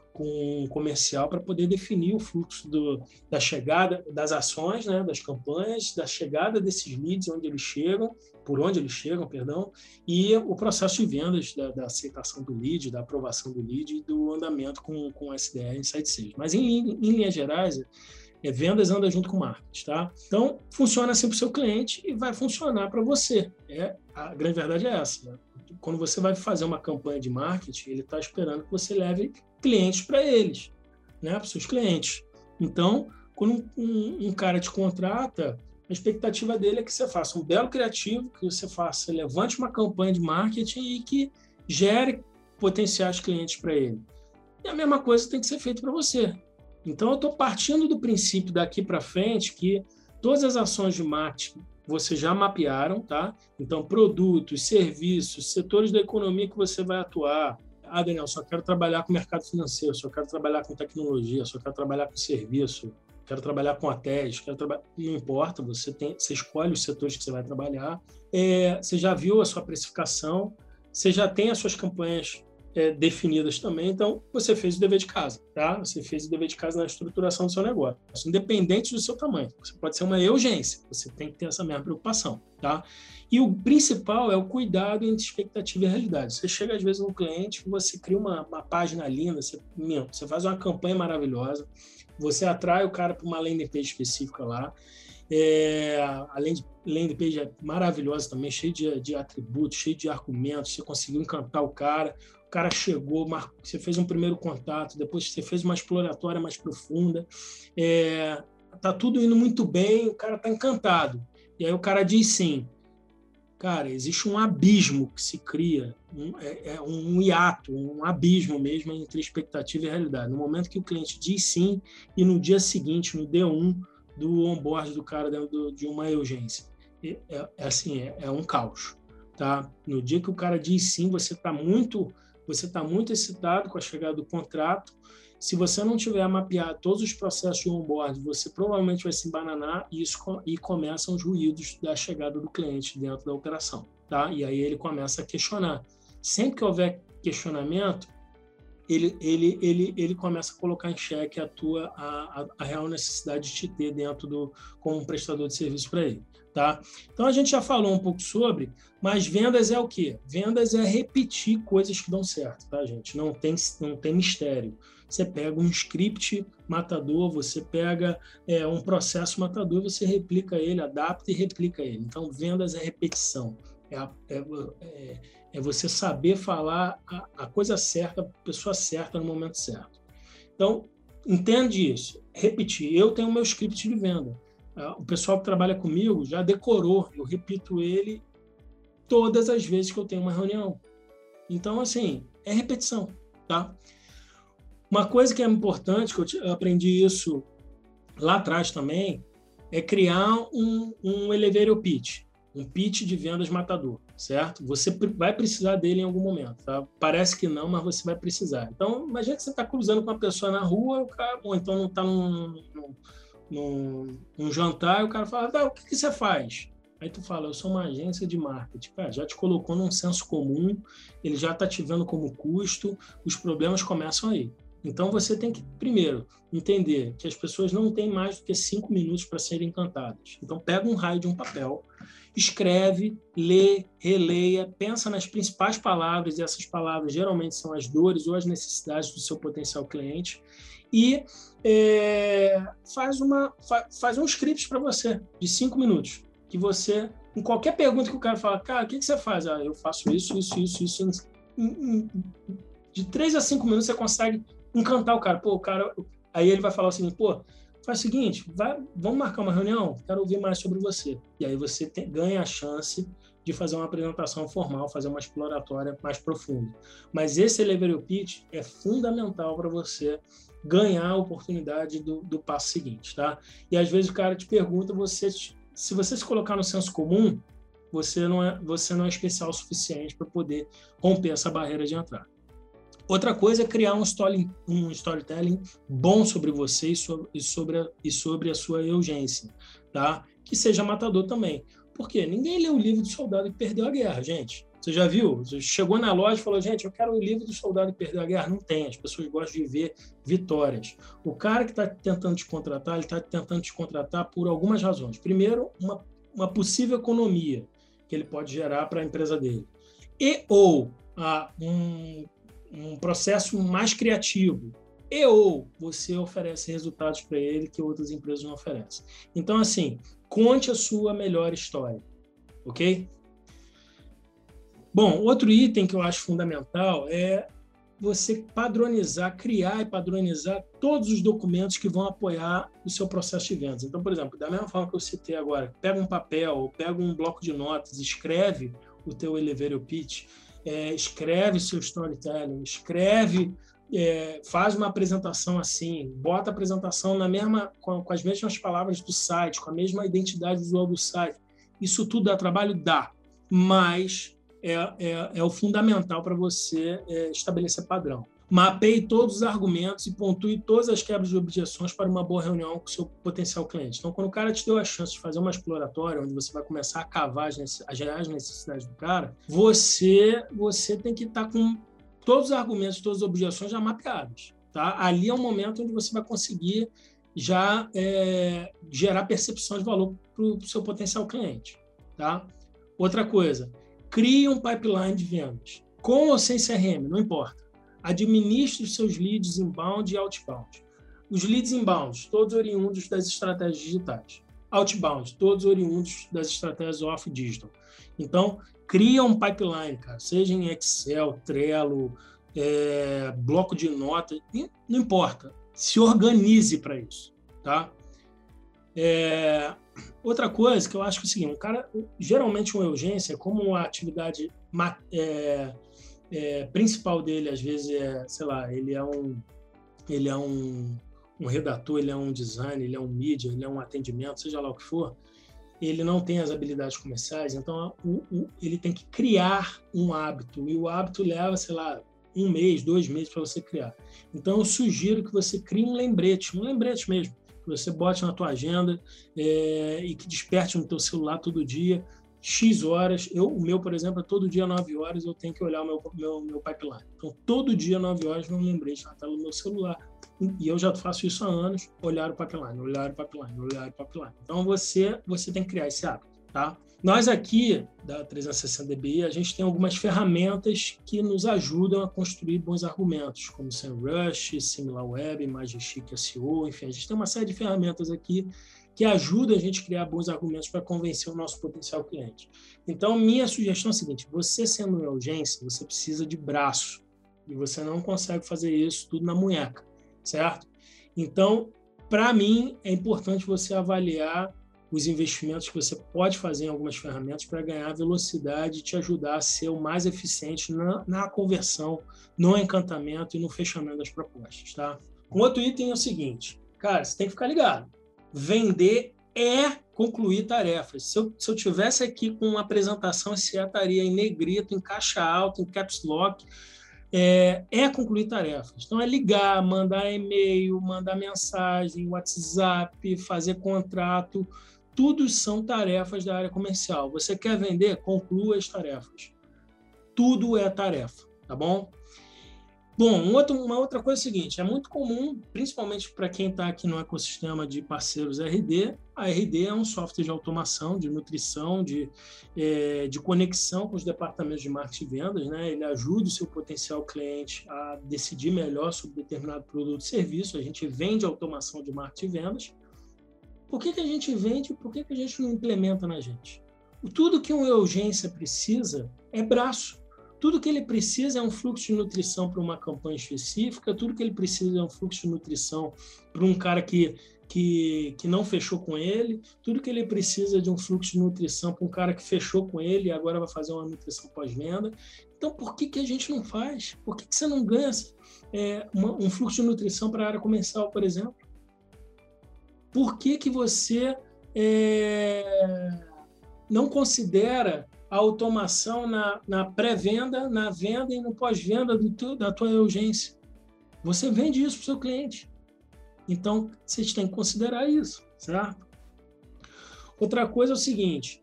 com comercial para poder definir o fluxo do, da chegada das ações, né, das campanhas, da chegada desses leads, onde eles chegam, por onde eles chegam, perdão, e o processo de vendas, da, da aceitação do lead, da aprovação do lead e do andamento com, com S D R e Inside Sales. Mas, em, em linhas gerais, é, vendas anda junto com marketing, tá? Então, funciona assim para o seu cliente e vai funcionar para você. É, a grande verdade é essa, né? Quando você vai fazer uma campanha de marketing, ele está esperando que você leve clientes para eles, né, para os seus clientes. Então, quando um, um, um cara te contrata, a expectativa dele é que você faça um belo criativo, que você faça, levante uma campanha de marketing e que gere potenciais clientes para ele. E a mesma coisa tem que ser feita para você. Então, eu estou partindo do princípio daqui para frente que todas as ações de marketing você já mapearam, tá? Então, produtos, serviços, setores da economia que você vai atuar. Ah, Daniel, só quero trabalhar com mercado financeiro, só quero trabalhar com tecnologia, só quero trabalhar com serviço, quero trabalhar com hotéis, quero trabalhar... Não importa, você, tem, você escolhe os setores que você vai trabalhar, é, você já viu a sua precificação, você já tem as suas campanhas é, definidas também, então você fez o dever de casa, tá? Você fez o dever de casa na estruturação do seu negócio, independente do seu tamanho. Você pode ser uma urgência, você tem que ter essa mesma preocupação, tá? E o principal é o cuidado entre expectativa e realidade. Você chega, às vezes, no cliente, você cria uma, uma página linda, você, meu, você faz uma campanha maravilhosa, você atrai o cara para uma landing page específica lá, é, a landing page é maravilhosa também, cheia de, de atributos, cheia de argumentos, você conseguiu encantar o cara, o cara chegou, marcou, você fez um primeiro contato, depois você fez uma exploratória mais profunda, é, tá tudo indo muito bem, o cara tá encantado. E aí o cara diz sim. Cara, existe um abismo que se cria, um, é, é um hiato, um abismo mesmo entre expectativa e realidade. No momento que o cliente diz sim e no dia seguinte, no D um do onboard do cara dentro do, de uma urgência. É, é, é assim, é, é um caos. Tá? No dia que o cara diz sim, você está muito, você tá muito excitado com a chegada do contrato. Se você não tiver mapeado todos os processos de onboard, você provavelmente vai se embananar e, isso, e começam os ruídos da chegada do cliente dentro da operação. Tá? E aí ele começa a questionar. Sempre que houver questionamento, ele, ele, ele, ele começa a colocar em xeque a, tua, a, a, a real necessidade de te ter dentro do, como um prestador de serviço para ele. Tá? Então, a gente já falou um pouco sobre, mas vendas é o quê? Vendas é repetir coisas que dão certo, tá, gente? Não tem, não tem mistério. Você pega um script matador, você pega é, um processo matador, você replica ele, adapta e replica ele. Então, vendas é repetição. É, é, é, é você saber falar a, a coisa certa, a pessoa certa no momento certo. Então, entende isso. Repetir. Eu tenho o meu script de venda. O pessoal que trabalha comigo já decorou, eu repito ele todas as vezes que eu tenho uma reunião. Então, assim, é repetição, tá? Uma coisa que é importante, que eu aprendi isso lá atrás também, é criar um, um elevator pitch, um pitch de vendas matador, certo? Você vai precisar dele em algum momento, tá? Parece que não, mas você vai precisar. Então, imagina que você está cruzando com uma pessoa na rua, o cara, ou então não está num... num Num, num jantar, e o cara fala, ah, o que, que você faz? Aí tu fala, eu sou uma agência de marketing. Cara, já te colocou num senso comum, ele já está te vendo como custo, os problemas começam aí. Então você tem que, primeiro, entender que as pessoas não têm mais do que cinco minutos para serem encantadas. Então pega um raio de um papel, escreve, lê, releia, pensa nas principais palavras, e essas palavras geralmente são as dores ou as necessidades do seu potencial cliente, e é, faz, uma, fa, faz um script para você, de cinco minutos, que você, em qualquer pergunta que o cara fala, cara, o que, que você faz? Ah, eu faço isso, isso, isso, isso. Em, em, de três a cinco minutos você consegue encantar o cara. Pô, o cara... Aí ele vai falar assim, pô, faz o seguinte, vai, vamos marcar uma reunião? Quero ouvir mais sobre você. E aí você tem, ganha a chance de fazer uma apresentação formal, fazer uma exploratória mais profunda. Mas esse elevator pitch é fundamental para você ganhar a oportunidade do, do passo seguinte, tá? E às vezes o cara te pergunta, você, se você se colocar no senso comum, você não é, você não é especial o suficiente para poder romper essa barreira de entrada. Outra coisa é criar um, story, um storytelling bom sobre você e sobre, e, sobre a, e sobre a sua urgência, tá? Que seja matador também. Por quê? Ninguém lê o livro do soldado que perdeu a guerra, gente. Você já viu? Você chegou na loja e falou, gente, eu quero o livro do soldado que perdeu a guerra. Não tem, as pessoas gostam de ver vitórias. O cara que está tentando te contratar, ele está tentando te contratar por algumas razões. Primeiro, uma, uma possível economia que ele pode gerar para a empresa dele. E ou ah, um, um processo mais criativo. E ou você oferece resultados para ele que outras empresas não oferecem. Então, assim, conte a sua melhor história, ok? Bom, outro item que eu acho fundamental é você padronizar, criar e padronizar todos os documentos que vão apoiar o seu processo de vendas. Então, por exemplo, da mesma forma que eu citei agora, pega um papel, pega um bloco de notas, escreve o teu elevator pitch, é, escreve seu storytelling, escreve, é, faz uma apresentação assim, bota a apresentação na mesma, com, com as mesmas palavras do site, com a mesma identidade visual do site. Isso tudo dá trabalho? Dá, mas é, é, é o fundamental para você é, estabelecer padrão. Mapeie todos os argumentos e pontue todas as quebras de objeções para uma boa reunião com o seu potencial cliente. Então, quando o cara te deu a chance de fazer uma exploratória, onde você vai começar a cavar as, necess... as reais necessidades do cara, você, você tem que estar com todos os argumentos, todas as objeções já mapeados. Tá? Ali é um momento onde você vai conseguir já é, gerar percepção de valor para o seu potencial cliente. Tá? Outra coisa, crie um pipeline de vendas. Com ou sem C R M, não importa. Administre os seus leads inbound e outbound. Os leads inbound, todos oriundos das estratégias digitais. Outbound, todos oriundos das estratégias off-digital. Então, cria um pipeline, cara, seja em Excel, Trello, é, bloco de notas, não importa. Se organize para isso, tá? É, outra coisa que eu acho que é o seguinte, um cara, geralmente uma urgência, como a atividade é, é, principal dele, às vezes, é, sei lá, ele é um, ele é um, um redator, ele é um designer, ele é um mídia, ele é um atendimento, seja lá o que for, ele não tem as habilidades comerciais, então o, o, ele tem que criar um hábito, e o hábito leva, sei lá, um mês, dois meses para você criar. Então, eu sugiro que você crie um lembrete, um lembrete mesmo, que você bote na tua agenda é, e que desperte no teu celular todo dia, X horas. Eu, o meu, por exemplo, é todo dia, nove horas, eu tenho que olhar o meu, meu, meu pipeline. Então, todo dia, nove horas, eu lembrete na tela do meu celular. E eu já faço isso há anos, olhar o pipeline, olhar o pipeline, olhar o pipeline. Então, você, você tem que criar esse hábito, tá? Nós aqui, da trezentos e sessenta D B I, a gente tem algumas ferramentas que nos ajudam a construir bons argumentos, como SEMrush, SimilarWeb, Magichick S E O, enfim, a gente tem uma série de ferramentas aqui que ajudam a gente a criar bons argumentos para convencer o nosso potencial cliente. Então, minha sugestão é a seguinte, você sendo uma urgência, você precisa de braço, e você não consegue fazer isso tudo na munheca, certo? Então, para mim, é importante você avaliar os investimentos que você pode fazer em algumas ferramentas para ganhar velocidade e te ajudar a ser o mais eficiente na, na conversão, no encantamento e no fechamento das propostas, tá? Um outro item é o seguinte, cara, você tem que ficar ligado. Vender é concluir tarefas. Se eu, se eu tivesse aqui com uma apresentação, esse é estaria em negrito, em caixa alta, em caps lock, é, é concluir tarefas. Então, é ligar, mandar e-mail, mandar mensagem, WhatsApp, fazer contrato, tudo são tarefas da área comercial. Você quer vender? Conclua as tarefas. Tudo é tarefa, tá bom? Bom, um outro, uma outra coisa é a seguinte, é muito comum, principalmente para quem está aqui no ecossistema de parceiros R D, a R D é um software de automação, de nutrição, de, é, de conexão com os departamentos de marketing e vendas, né? Ele ajuda o seu potencial cliente a decidir melhor sobre determinado produto e serviço. A gente vende automação de marketing e vendas. Por que que a gente vende e por que que a gente não implementa na gente? Tudo que uma urgência precisa é braço. Tudo que ele precisa é um fluxo de nutrição para uma campanha específica, tudo que ele precisa é um fluxo de nutrição para um cara que que, que não fechou com ele, tudo que ele precisa de um fluxo de nutrição para um cara que fechou com ele e agora vai fazer uma nutrição pós-venda. Então, por que, que a gente não faz? Por que, que você não ganha é, uma, um fluxo de nutrição para a área comercial, por exemplo? Por que, que você é, não considera a automação na, na pré-venda, na venda e no pós-venda do, da tua urgência? Você vende isso para o seu cliente. Então, vocês têm que considerar isso, certo? Outra coisa é o seguinte,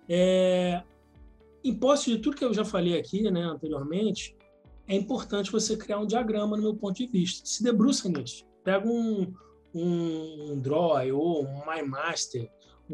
é, em posse de tudo que eu já falei aqui, né, anteriormente, é importante você criar um diagrama, no meu ponto de vista. Se debruça nisso. Pega um, um, um Draw ou um MyMaster,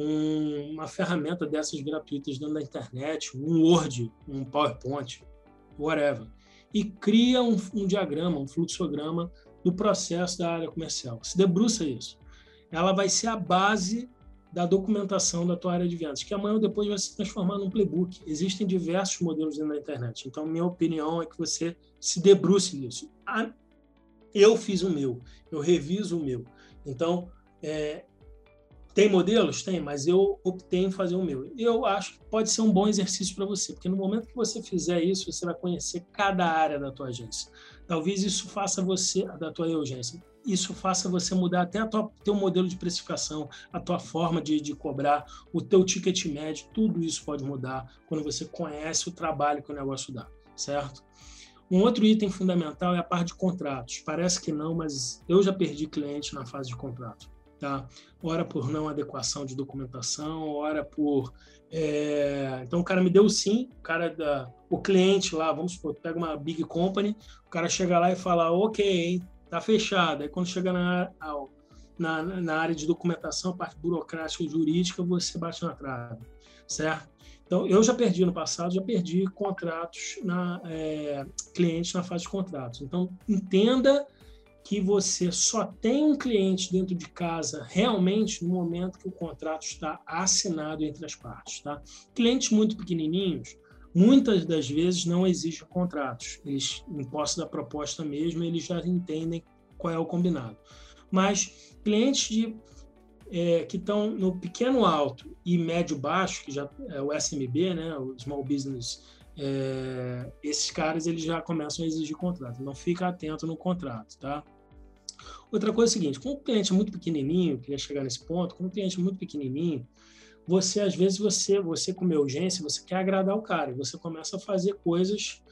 um, uma ferramenta dessas gratuitas dentro da internet, um Word, um PowerPoint, whatever, e cria um, um diagrama, um fluxograma do processo da área comercial. Se debruça isso. Ela vai ser a base da documentação da tua área de vendas, que amanhã ou depois vai se transformar num playbook. Existem diversos modelos na internet. Então, minha opinião é que você se debruce nisso. Ah, eu fiz o meu, eu reviso o meu. Então, é, tem modelos? Tem, mas eu optei em fazer o meu. Eu acho que pode ser um bom exercício para você, porque no momento que você fizer isso, você vai conhecer cada área da tua agência. Talvez isso faça você, da tua urgência, isso faça você mudar até o teu modelo de precificação, a tua forma de, de cobrar, o teu ticket médio, tudo isso pode mudar quando você conhece o trabalho que o negócio dá, certo? Um outro item fundamental é a parte de contratos. Parece que não, mas eu já perdi cliente na fase de contrato. Tá? Ora por não adequação de documentação, ora por... É... Então, o cara me deu sim, o, cara da... o cliente lá, vamos supor, pega uma big company, o cara chega lá e fala, ok, tá fechado. Aí, quando chega na, na, na área de documentação, a parte burocrática e jurídica, você bate na trave, certo? Então, eu já perdi no passado, já perdi contratos, na, é... clientes na fase de contratos. Então, entenda que você só tem um cliente dentro de casa realmente no momento que o contrato está assinado entre as partes. Tá? Clientes muito pequenininhos, muitas das vezes não exigem contratos. Eles, em posse da proposta mesmo, eles já entendem qual é o combinado. Mas clientes de, é, que estão no pequeno alto e médio baixo, que já é o S M B, né, o Small Business, É, esses caras eles já começam a exigir contrato, então fica atento no contrato, tá? Outra coisa é o seguinte, como o cliente é muito pequenininho, queria chegar nesse ponto, como o cliente é muito pequenininho, você às vezes você, você com urgência, você quer agradar o cara, e você começa a fazer coisas,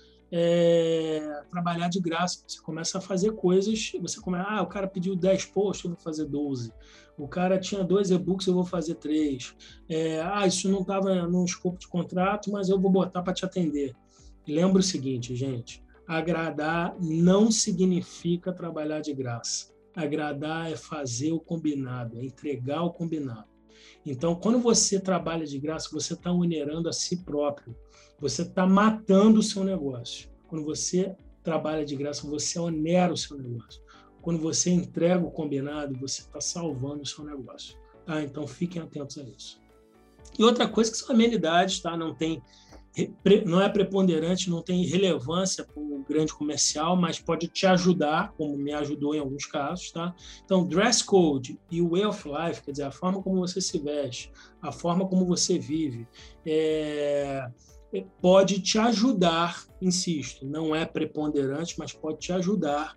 é, trabalhar de graça, você começa a fazer coisas, você começa, ah, o cara pediu dez posts, eu vou fazer doze, o cara tinha dois e-books, eu vou fazer três, é, ah, isso não estava no escopo de contrato, mas eu vou botar para te atender. Lembra o seguinte, gente, agradar não significa trabalhar de graça, agradar é fazer o combinado, é entregar o combinado. Então, quando você trabalha de graça, você está onerando a si próprio. Você está matando o seu negócio. Quando você trabalha de graça, você onera o seu negócio. Quando você entrega o combinado, você está salvando o seu negócio. Tá? Então, fiquem atentos a isso. E outra coisa que são amenidades, tá? Não tem, não é preponderante, não tem relevância para o grande comercial, mas pode te ajudar, como me ajudou em alguns casos, tá? Então, dress code e o way of life, quer dizer, a forma como você se veste, a forma como você vive, é, pode te ajudar, insisto, não é preponderante, mas pode te ajudar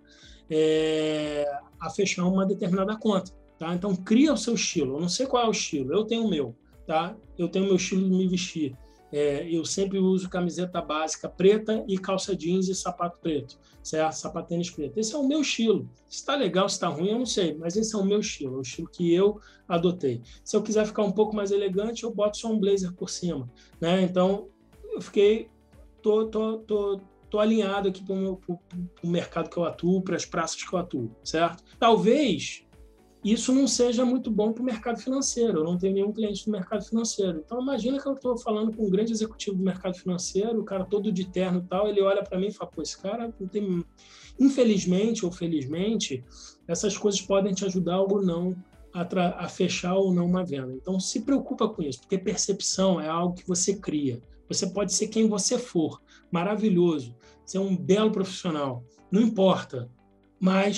é, a fechar uma determinada conta, tá? Então, cria o seu estilo. Eu não sei qual é o estilo, eu tenho o meu, tá? Eu tenho o meu estilo de me vestir. É, eu sempre uso camiseta básica preta e calça jeans e sapato preto, certo? Sapatênis preto. Esse é o meu estilo. Se está legal, se está ruim, eu não sei, mas esse é o meu estilo, é o estilo que eu adotei. Se eu quiser ficar um pouco mais elegante, eu boto só um blazer por cima, né? Então, eu fiquei, tô, tô, tô, tô alinhado aqui para o mercado que eu atuo, para as praças que eu atuo, certo? Talvez isso não seja muito bom para o mercado financeiro. Eu não tenho nenhum cliente do mercado financeiro. Então, imagina que eu estou falando com um grande executivo do mercado financeiro, o cara todo de terno e tal, ele olha para mim e fala, pô, esse cara não tem... Infelizmente ou felizmente, essas coisas podem te ajudar ou não a, tra... a fechar ou não uma venda. Então, se preocupa com isso, porque percepção é algo que você cria. Você pode ser quem você for, maravilhoso, ser um belo profissional, não importa, mas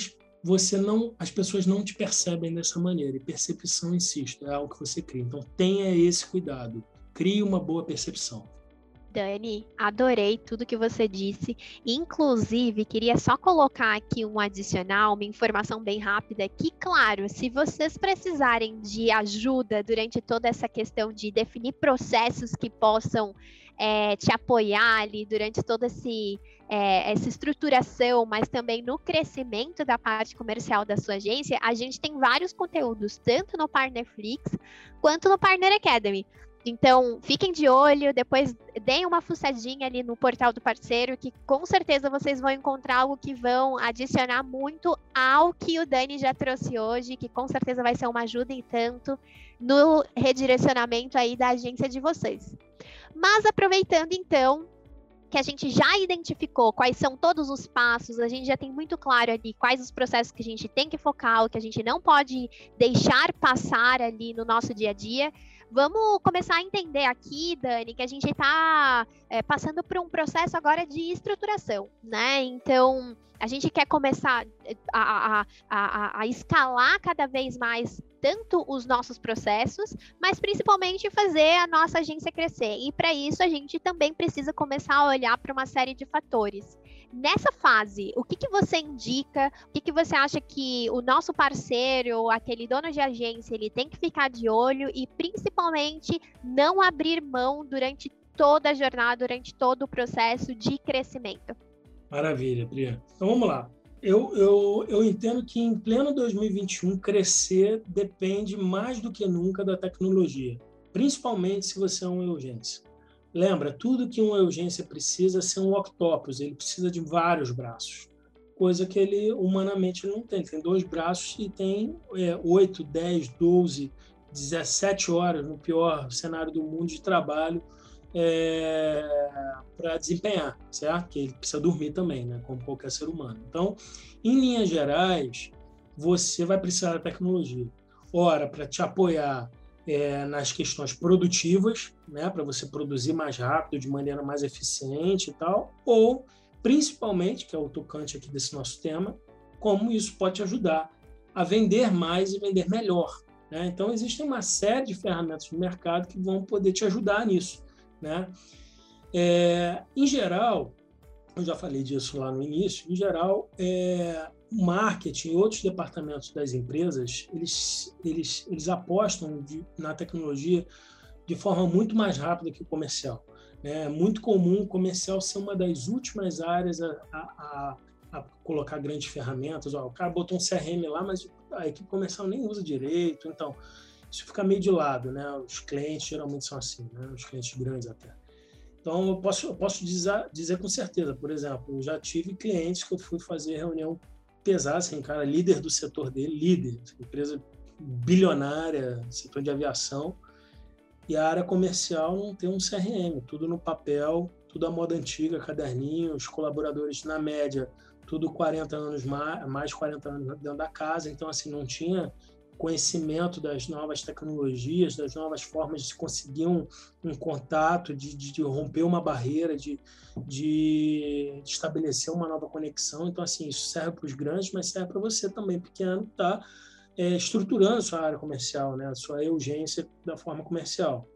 você não, as pessoas não te percebem dessa maneira. E percepção, insisto, é algo que você cria. Então, tenha esse cuidado. Crie uma boa percepção. Dani, adorei tudo que você disse. Inclusive, queria só colocar aqui um adicional, uma informação bem rápida, que, claro, se vocês precisarem de ajuda durante toda essa questão de definir processos que possam é, te apoiar ali durante toda esse, é, essa estruturação, mas também no crescimento da parte comercial da sua agência, a gente tem vários conteúdos, tanto no Partnerflix quanto no Partner Academy. Então, fiquem de olho, depois deem uma fuçadinha ali no portal do parceiro, que com certeza vocês vão encontrar algo que vão adicionar muito ao que o Dani já trouxe hoje, que com certeza vai ser uma ajuda e tanto no redirecionamento aí da agência de vocês. Mas aproveitando então que a gente já identificou quais são todos os passos, a gente já tem muito claro ali quais os processos que a gente tem que focar, o que a gente não pode deixar passar ali no nosso dia a dia. Vamos começar a entender aqui, Dani, que a gente está é, passando por um processo agora de estruturação, né? Então, a gente quer começar a, a, a, a escalar cada vez mais tanto os nossos processos, mas principalmente fazer a nossa agência crescer. E para isso, a gente também precisa começar a olhar para uma série de fatores. Nessa fase, o que, que você indica, o que, que você acha que o nosso parceiro, aquele dono de agência, ele tem que ficar de olho e principalmente não abrir mão durante toda a jornada, durante todo o processo de crescimento? Maravilha, Priya. Então vamos lá. Eu, eu, eu entendo que em pleno dois mil e vinte e um, crescer depende mais do que nunca da tecnologia, principalmente se você é uma urgência. Lembra, tudo que uma urgência precisa é ser um octopus, ele precisa de vários braços, coisa que ele humanamente não tem. Ele tem dois braços e tem é, oito, dez, doze, dezessete horas, no pior cenário do mundo, de trabalho é, para desempenhar, certo? Que ele precisa dormir também, né? Como qualquer ser humano. Então, em linhas gerais, você vai precisar da tecnologia. Ora, para te apoiar É, nas questões produtivas, né, para você produzir mais rápido, de maneira mais eficiente e tal, ou, principalmente, que é o tocante aqui desse nosso tema, como isso pode te ajudar a vender mais e vender melhor, né? Então, existem uma série de ferramentas no mercado que vão poder te ajudar nisso, né? É, em geral, eu já falei disso lá no início, em geral, é, o marketing e outros departamentos das empresas, eles, eles, eles apostam de, na tecnologia de forma muito mais rápida que o comercial. É muito comum o comercial ser uma das últimas áreas a, a, a, a colocar grandes ferramentas. Ó, o cara botou um C R M lá, mas a equipe comercial nem usa direito, então isso fica meio de lado, né? Os clientes geralmente são assim, né? Os clientes grandes até. Então, eu posso, eu posso dizer, dizer com certeza, por exemplo, eu já tive clientes que eu fui fazer reunião pesada, assim, cara, líder do setor dele, líder, empresa bilionária, setor de aviação, e a área comercial não tem um C R M, tudo no papel, tudo à moda antiga, caderninho, os colaboradores, na média, tudo quarenta anos mais, mais quarenta anos dentro da casa, então, assim, não tinha conhecimento das novas tecnologias, das novas formas de se conseguir um, um contato, de, de, de romper uma barreira, de, de, de estabelecer uma nova conexão. Então, assim, isso serve para os grandes, mas serve para você também, pequeno, tá é, estruturando sua área comercial, né, a sua urgência da forma comercial.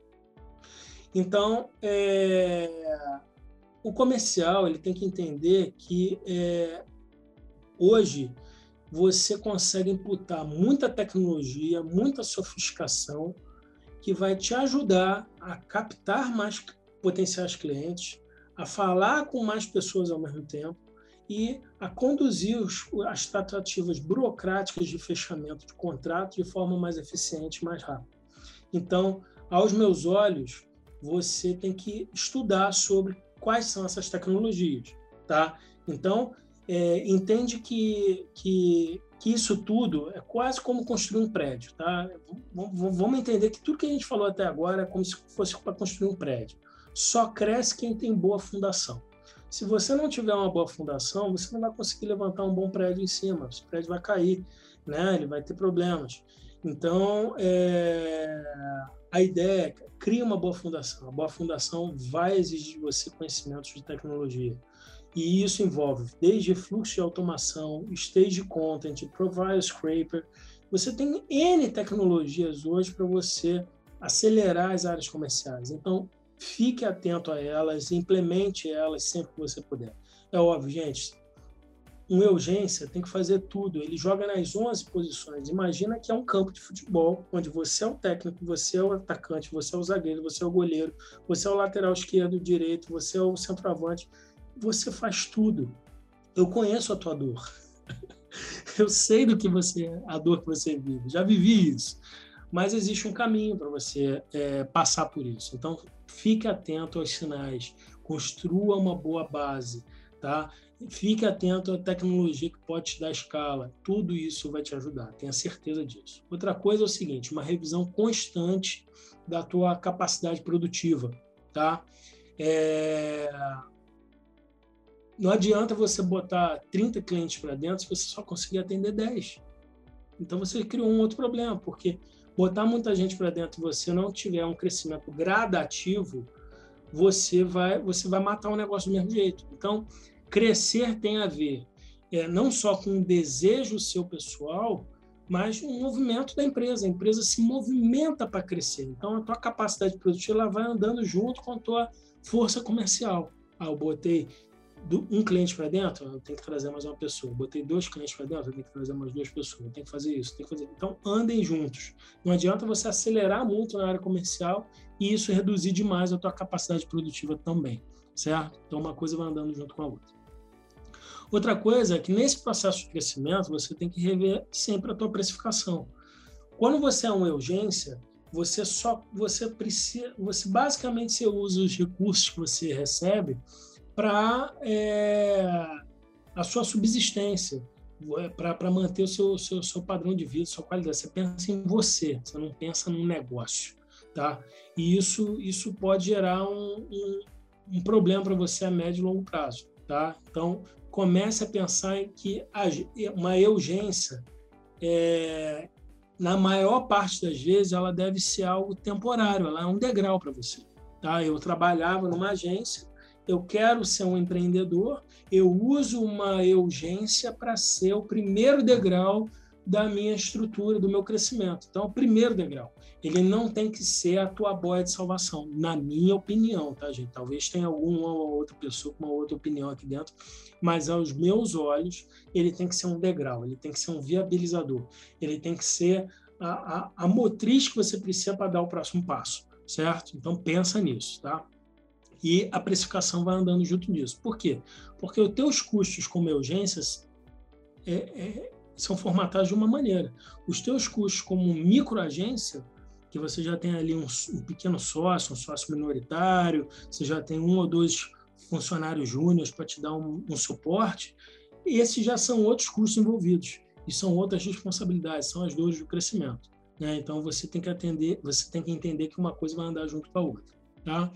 Então, é, o comercial ele tem que entender que é, hoje você consegue imputar muita tecnologia, muita sofisticação que vai te ajudar a captar mais potenciais clientes, a falar com mais pessoas ao mesmo tempo e a conduzir os, as tratativas burocráticas de fechamento de contrato de forma mais eficiente e mais rápida. Então, aos meus olhos, você tem que estudar sobre quais são essas tecnologias, tá? Então, É, entende que, que, que isso tudo é quase como construir um prédio, tá? V- vamos entender que tudo que a gente falou até agora é como se fosse para construir um prédio. Só cresce quem tem boa fundação. Se você não tiver uma boa fundação, você não vai conseguir levantar um bom prédio em cima. Esse prédio vai cair, né? Ele vai ter problemas. Então, é, a ideia é cria uma boa fundação. A boa fundação vai exigir de você conhecimentos de tecnologia. E isso envolve desde fluxo de automação, stage content, profile scraper. Você tem N tecnologias hoje para você acelerar as áreas comerciais. Então, fique atento a elas, implemente elas sempre que você puder. É óbvio, gente, um urgência tem que fazer tudo. Ele joga nas onze posições. Imagina que é um campo de futebol, onde você é o técnico, você é o atacante, você é o zagueiro, você é o goleiro, você é o lateral esquerdo, direito, você é o centroavante. Você faz tudo. Eu conheço a tua dor. Eu sei do que você, a dor que você vive. Já vivi isso. Mas existe um caminho para você é, passar por isso. Então, fique atento aos sinais. Construa uma boa base, tá? Fique atento à tecnologia que pode te dar escala. Tudo isso vai te ajudar, tenha certeza disso. Outra coisa é o seguinte, uma revisão constante da tua capacidade produtiva, tá? É... Não adianta você botar trinta clientes para dentro se você só conseguir atender dez. Então, você criou um outro problema, porque botar muita gente para dentro e você não tiver um crescimento gradativo, você vai, você vai matar o negócio do mesmo jeito. Então, crescer tem a ver é, não só com um desejo seu pessoal, mas um movimento da empresa. A empresa se movimenta para crescer. Então, a tua capacidade produtiva ela vai andando junto com a tua força comercial. Ah, eu botei um cliente para dentro, eu tenho que trazer mais uma pessoa. Eu botei dois clientes para dentro, eu tenho que trazer mais duas pessoas. Eu tenho que fazer isso, tenho que fazer. Então, andem juntos. Não adianta você acelerar muito na área comercial e isso reduzir demais a tua capacidade produtiva também, certo? Então, uma coisa vai andando junto com a outra. Outra coisa é que nesse processo de crescimento, você tem que rever sempre a tua precificação. Quando você é uma urgência, você só você precisa, você basicamente você usa os recursos que você recebe para é, a sua subsistência, para manter o seu, seu, seu padrão de vida, sua qualidade. Você pensa em você, você não pensa num negócio, tá? E isso, isso pode gerar um, um, um problema para você a médio e longo prazo, tá? Então, comece a pensar em que uma urgência, é, na maior parte das vezes, ela deve ser algo temporário, ela é um degrau para você, tá? Eu trabalhava numa agência, eu quero ser um empreendedor, eu uso uma urgência para ser o primeiro degrau da minha estrutura, do meu crescimento. Então, o primeiro degrau. Ele não tem que ser a tua boia de salvação, na minha opinião, tá, gente? Talvez tenha alguma ou outra pessoa com uma outra opinião aqui dentro, mas aos meus olhos, ele tem que ser um degrau, ele tem que ser um viabilizador, ele tem que ser a, a, a motriz que você precisa para dar o próximo passo, certo? Então, pensa nisso, tá? E a precificação vai andando junto disso. Por quê? Porque os teus custos como urgências é, é, são formatados de uma maneira. Os teus custos como microagência, que você já tem ali um, um pequeno sócio, um sócio minoritário, você já tem um ou dois funcionários júniores para te dar um, um suporte, esses já são outros custos envolvidos e são outras responsabilidades, são as dores do crescimento, né? Então, você tem que atender, você tem que entender que uma coisa vai andar junto com a outra, tá?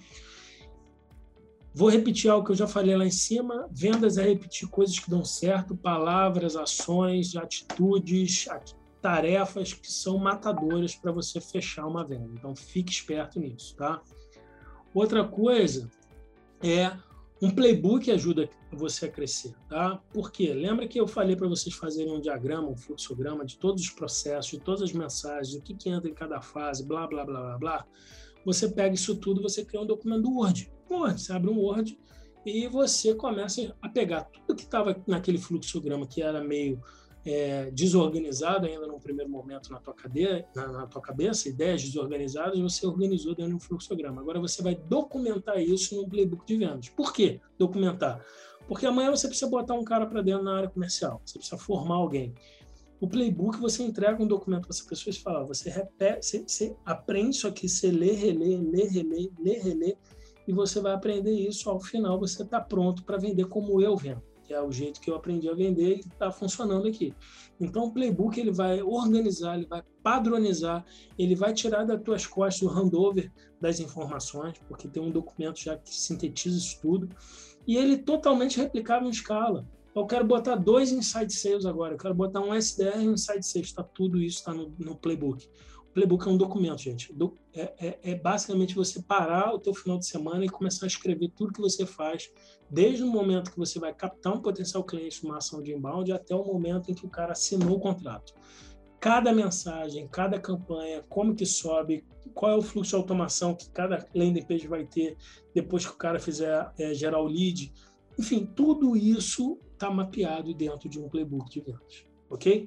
Vou repetir algo que eu já falei lá em cima. Vendas é repetir coisas que dão certo, palavras, ações, atitudes, tarefas que são matadoras para você fechar uma venda. Então, fique esperto nisso, tá? Outra coisa é um playbook ajuda você a crescer, tá? Por quê? Lembra que eu falei para vocês fazerem um diagrama, um fluxograma de todos os processos, de todas as mensagens, o que, que entra em cada fase, blá, blá, blá, blá, blá. Você pega isso tudo, você cria um documento do Word. Word, você abre um Word e você começa a pegar tudo que estava naquele fluxograma que era meio é, desorganizado ainda no primeiro momento na tua, cadeia, na, na tua cabeça, ideias desorganizadas, você organizou dentro de um fluxograma. Agora você vai documentar isso num playbook de vendas. Por que documentar? Porque amanhã você precisa botar um cara para dentro na área comercial, você precisa formar alguém. O playbook, você entrega um documento para essa pessoa e fala, você, repete, você, você aprende isso aqui, você lê, relê, lê, relê, lê, relê, e você vai aprender isso. Ao final, você está pronto para vender como eu vendo, que é o jeito que eu aprendi a vender e está funcionando aqui. Então, o playbook ele vai organizar, ele vai padronizar, ele vai tirar das tuas costas o handover das informações, porque tem um documento já que sintetiza isso tudo, e ele é totalmente replicável em escala. Eu quero botar dois inside sales agora, eu quero botar um S D R e um inside sales, tá, tudo isso está no, no playbook. Playbook é um documento, gente. É, é, é basicamente você parar o teu final de semana e começar a escrever tudo que você faz, desde o momento que você vai captar um potencial cliente numa ação de inbound até o momento em que o cara assinou o contrato. Cada mensagem, cada campanha, como que sobe, qual é o fluxo de automação que cada landing page vai ter depois que o cara fizer é, gerar o lead. Enfim, tudo isso está mapeado dentro de um playbook de vendas, ok?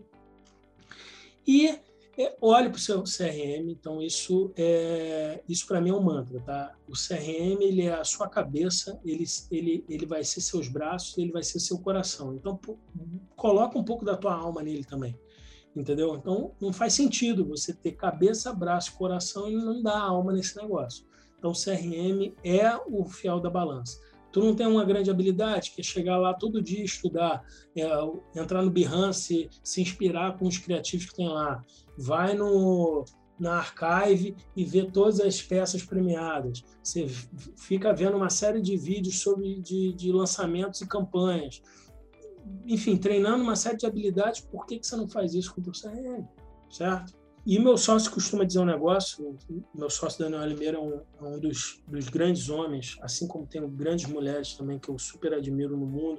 E é, olhe para o seu C R M, então isso, é, isso para mim é um mantra, tá? O C R M, ele é a sua cabeça, ele, ele, ele vai ser seus braços, ele vai ser seu coração. Então, pô, coloca um pouco da tua alma nele também, entendeu? Então, não faz sentido você ter cabeça, braço, coração e não dar alma nesse negócio. Então, o C R M é o fiel da balança. Tu não tem uma grande habilidade, que é chegar lá todo dia, estudar, é, entrar no Behance, se inspirar com os criativos que tem lá. Vai no, na Archive e ver todas as peças premiadas. Você fica vendo uma série de vídeos sobre de, de lançamentos e campanhas. Enfim, treinando uma série de habilidades. Por que, que você não faz isso com o teu C R M? Certo? E meu sócio costuma dizer um negócio, meu sócio Daniel Limeira é um, é um dos, dos grandes homens, assim como tem grandes mulheres também que eu super admiro no mundo.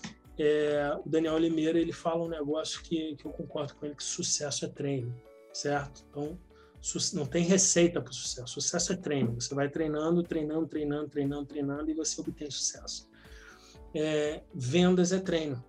É, o Daniel Limeira, ele fala um negócio que, que eu concordo com ele, que sucesso é treino, certo? Então, não tem receita para o sucesso. Sucesso é treino. Você vai treinando, treinando, treinando, treinando, treinando e você obtém sucesso. É, vendas é treino.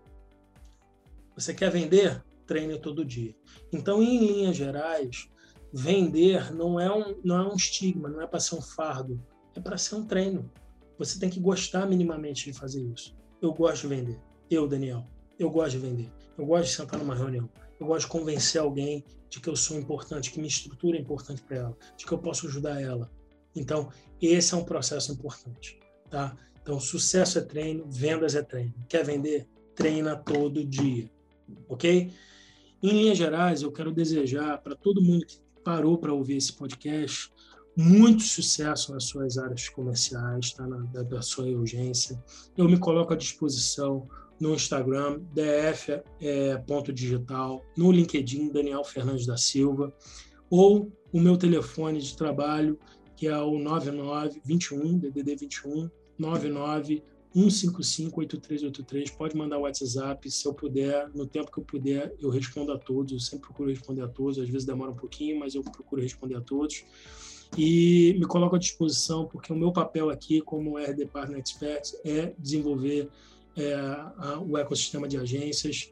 Você quer vender? Treine todo dia. Então, em linhas gerais, vender não é um, não é um estigma, não é para ser um fardo, é para ser um treino. Você tem que gostar minimamente de fazer isso. Eu gosto de vender. Eu, Daniel, eu gosto de vender. Eu gosto de sentar numa reunião. Eu gosto de convencer alguém de que eu sou importante, que minha estrutura é importante para ela, de que eu posso ajudar ela. Então, esse é um processo importante, tá? Então, sucesso é treino, vendas é treino. Quer vender? Treina todo dia, ok? Em linhas gerais, eu quero desejar para todo mundo que parou para ouvir esse podcast muito sucesso nas suas áreas comerciais, tá? Na, da, da sua urgência. Eu me coloco à disposição no Instagram, d f ponto digital, no LinkedIn, Daniel Fernandes da Silva, ou o meu telefone de trabalho, que é o nove nove dois um, D D D vinte e um, nove nove um cinco cinco oito três oito três. Pode mandar o WhatsApp, se eu puder, no tempo que eu puder, eu respondo a todos. Eu sempre procuro responder a todos, às vezes demora um pouquinho, mas eu procuro responder a todos. E me coloco à disposição, porque o meu papel aqui, como R D Partner Expert, é desenvolver é, a, o ecossistema de agências,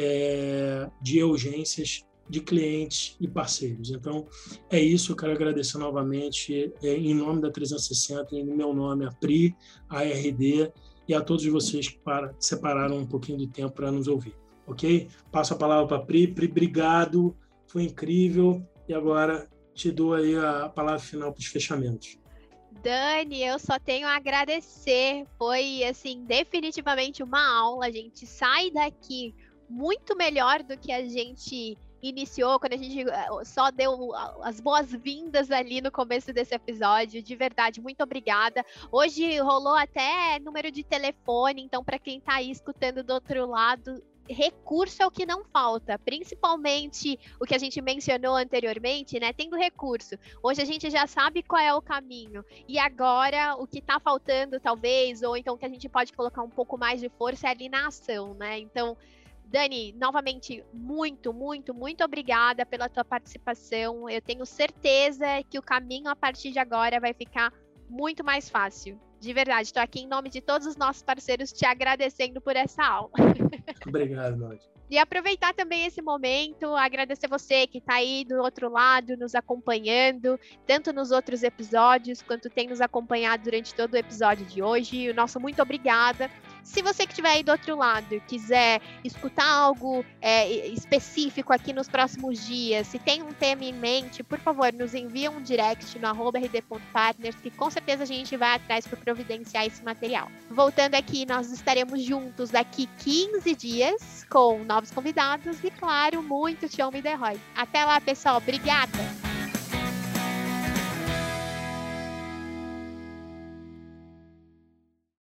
é, de urgências, de clientes e parceiros. Então, é isso. Eu quero agradecer novamente, é, em nome da trezentos e sessenta, em meu nome, a Pri, a R D, e a todos vocês que para, separaram um pouquinho do tempo para nos ouvir, ok? Passo a palavra para a Pri. Pri, obrigado, foi incrível, e agora te dou aí a palavra final para os fechamentos. Dani, eu só tenho a agradecer, foi, assim, definitivamente uma aula, a gente sai daqui muito melhor do que a gente iniciou, quando a gente só deu as boas-vindas ali no começo desse episódio. De verdade, muito obrigada. Hoje rolou até número de telefone, então para quem está aí escutando do outro lado, recurso é o que não falta, principalmente o que a gente mencionou anteriormente, né? Tendo recurso. Hoje a gente já sabe qual é o caminho. E agora o que está faltando, talvez, ou então que a gente pode colocar um pouco mais de força é ali na ação, né? Então, Dani, novamente, muito, muito, muito obrigada pela tua participação. Eu tenho certeza que o caminho a partir de agora vai ficar muito mais fácil. De verdade, estou aqui em nome de todos os nossos parceiros te agradecendo por essa aula. Obrigado, Nath. E aproveitar também esse momento, agradecer você que está aí do outro lado, nos acompanhando, tanto nos outros episódios, quanto tem nos acompanhado durante todo o episódio de hoje. O nosso muito obrigada. Se você que estiver aí do outro lado quiser escutar algo é, específico aqui nos próximos dias, se tem um tema em mente, por favor, nos envia um direct no arroba r d ponto partners, que com certeza a gente vai atrás para providenciar esse material. Voltando aqui, nós estaremos juntos daqui quinze dias com novos convidados e, claro, muito Show Me The Roy. Até lá, pessoal. Obrigada!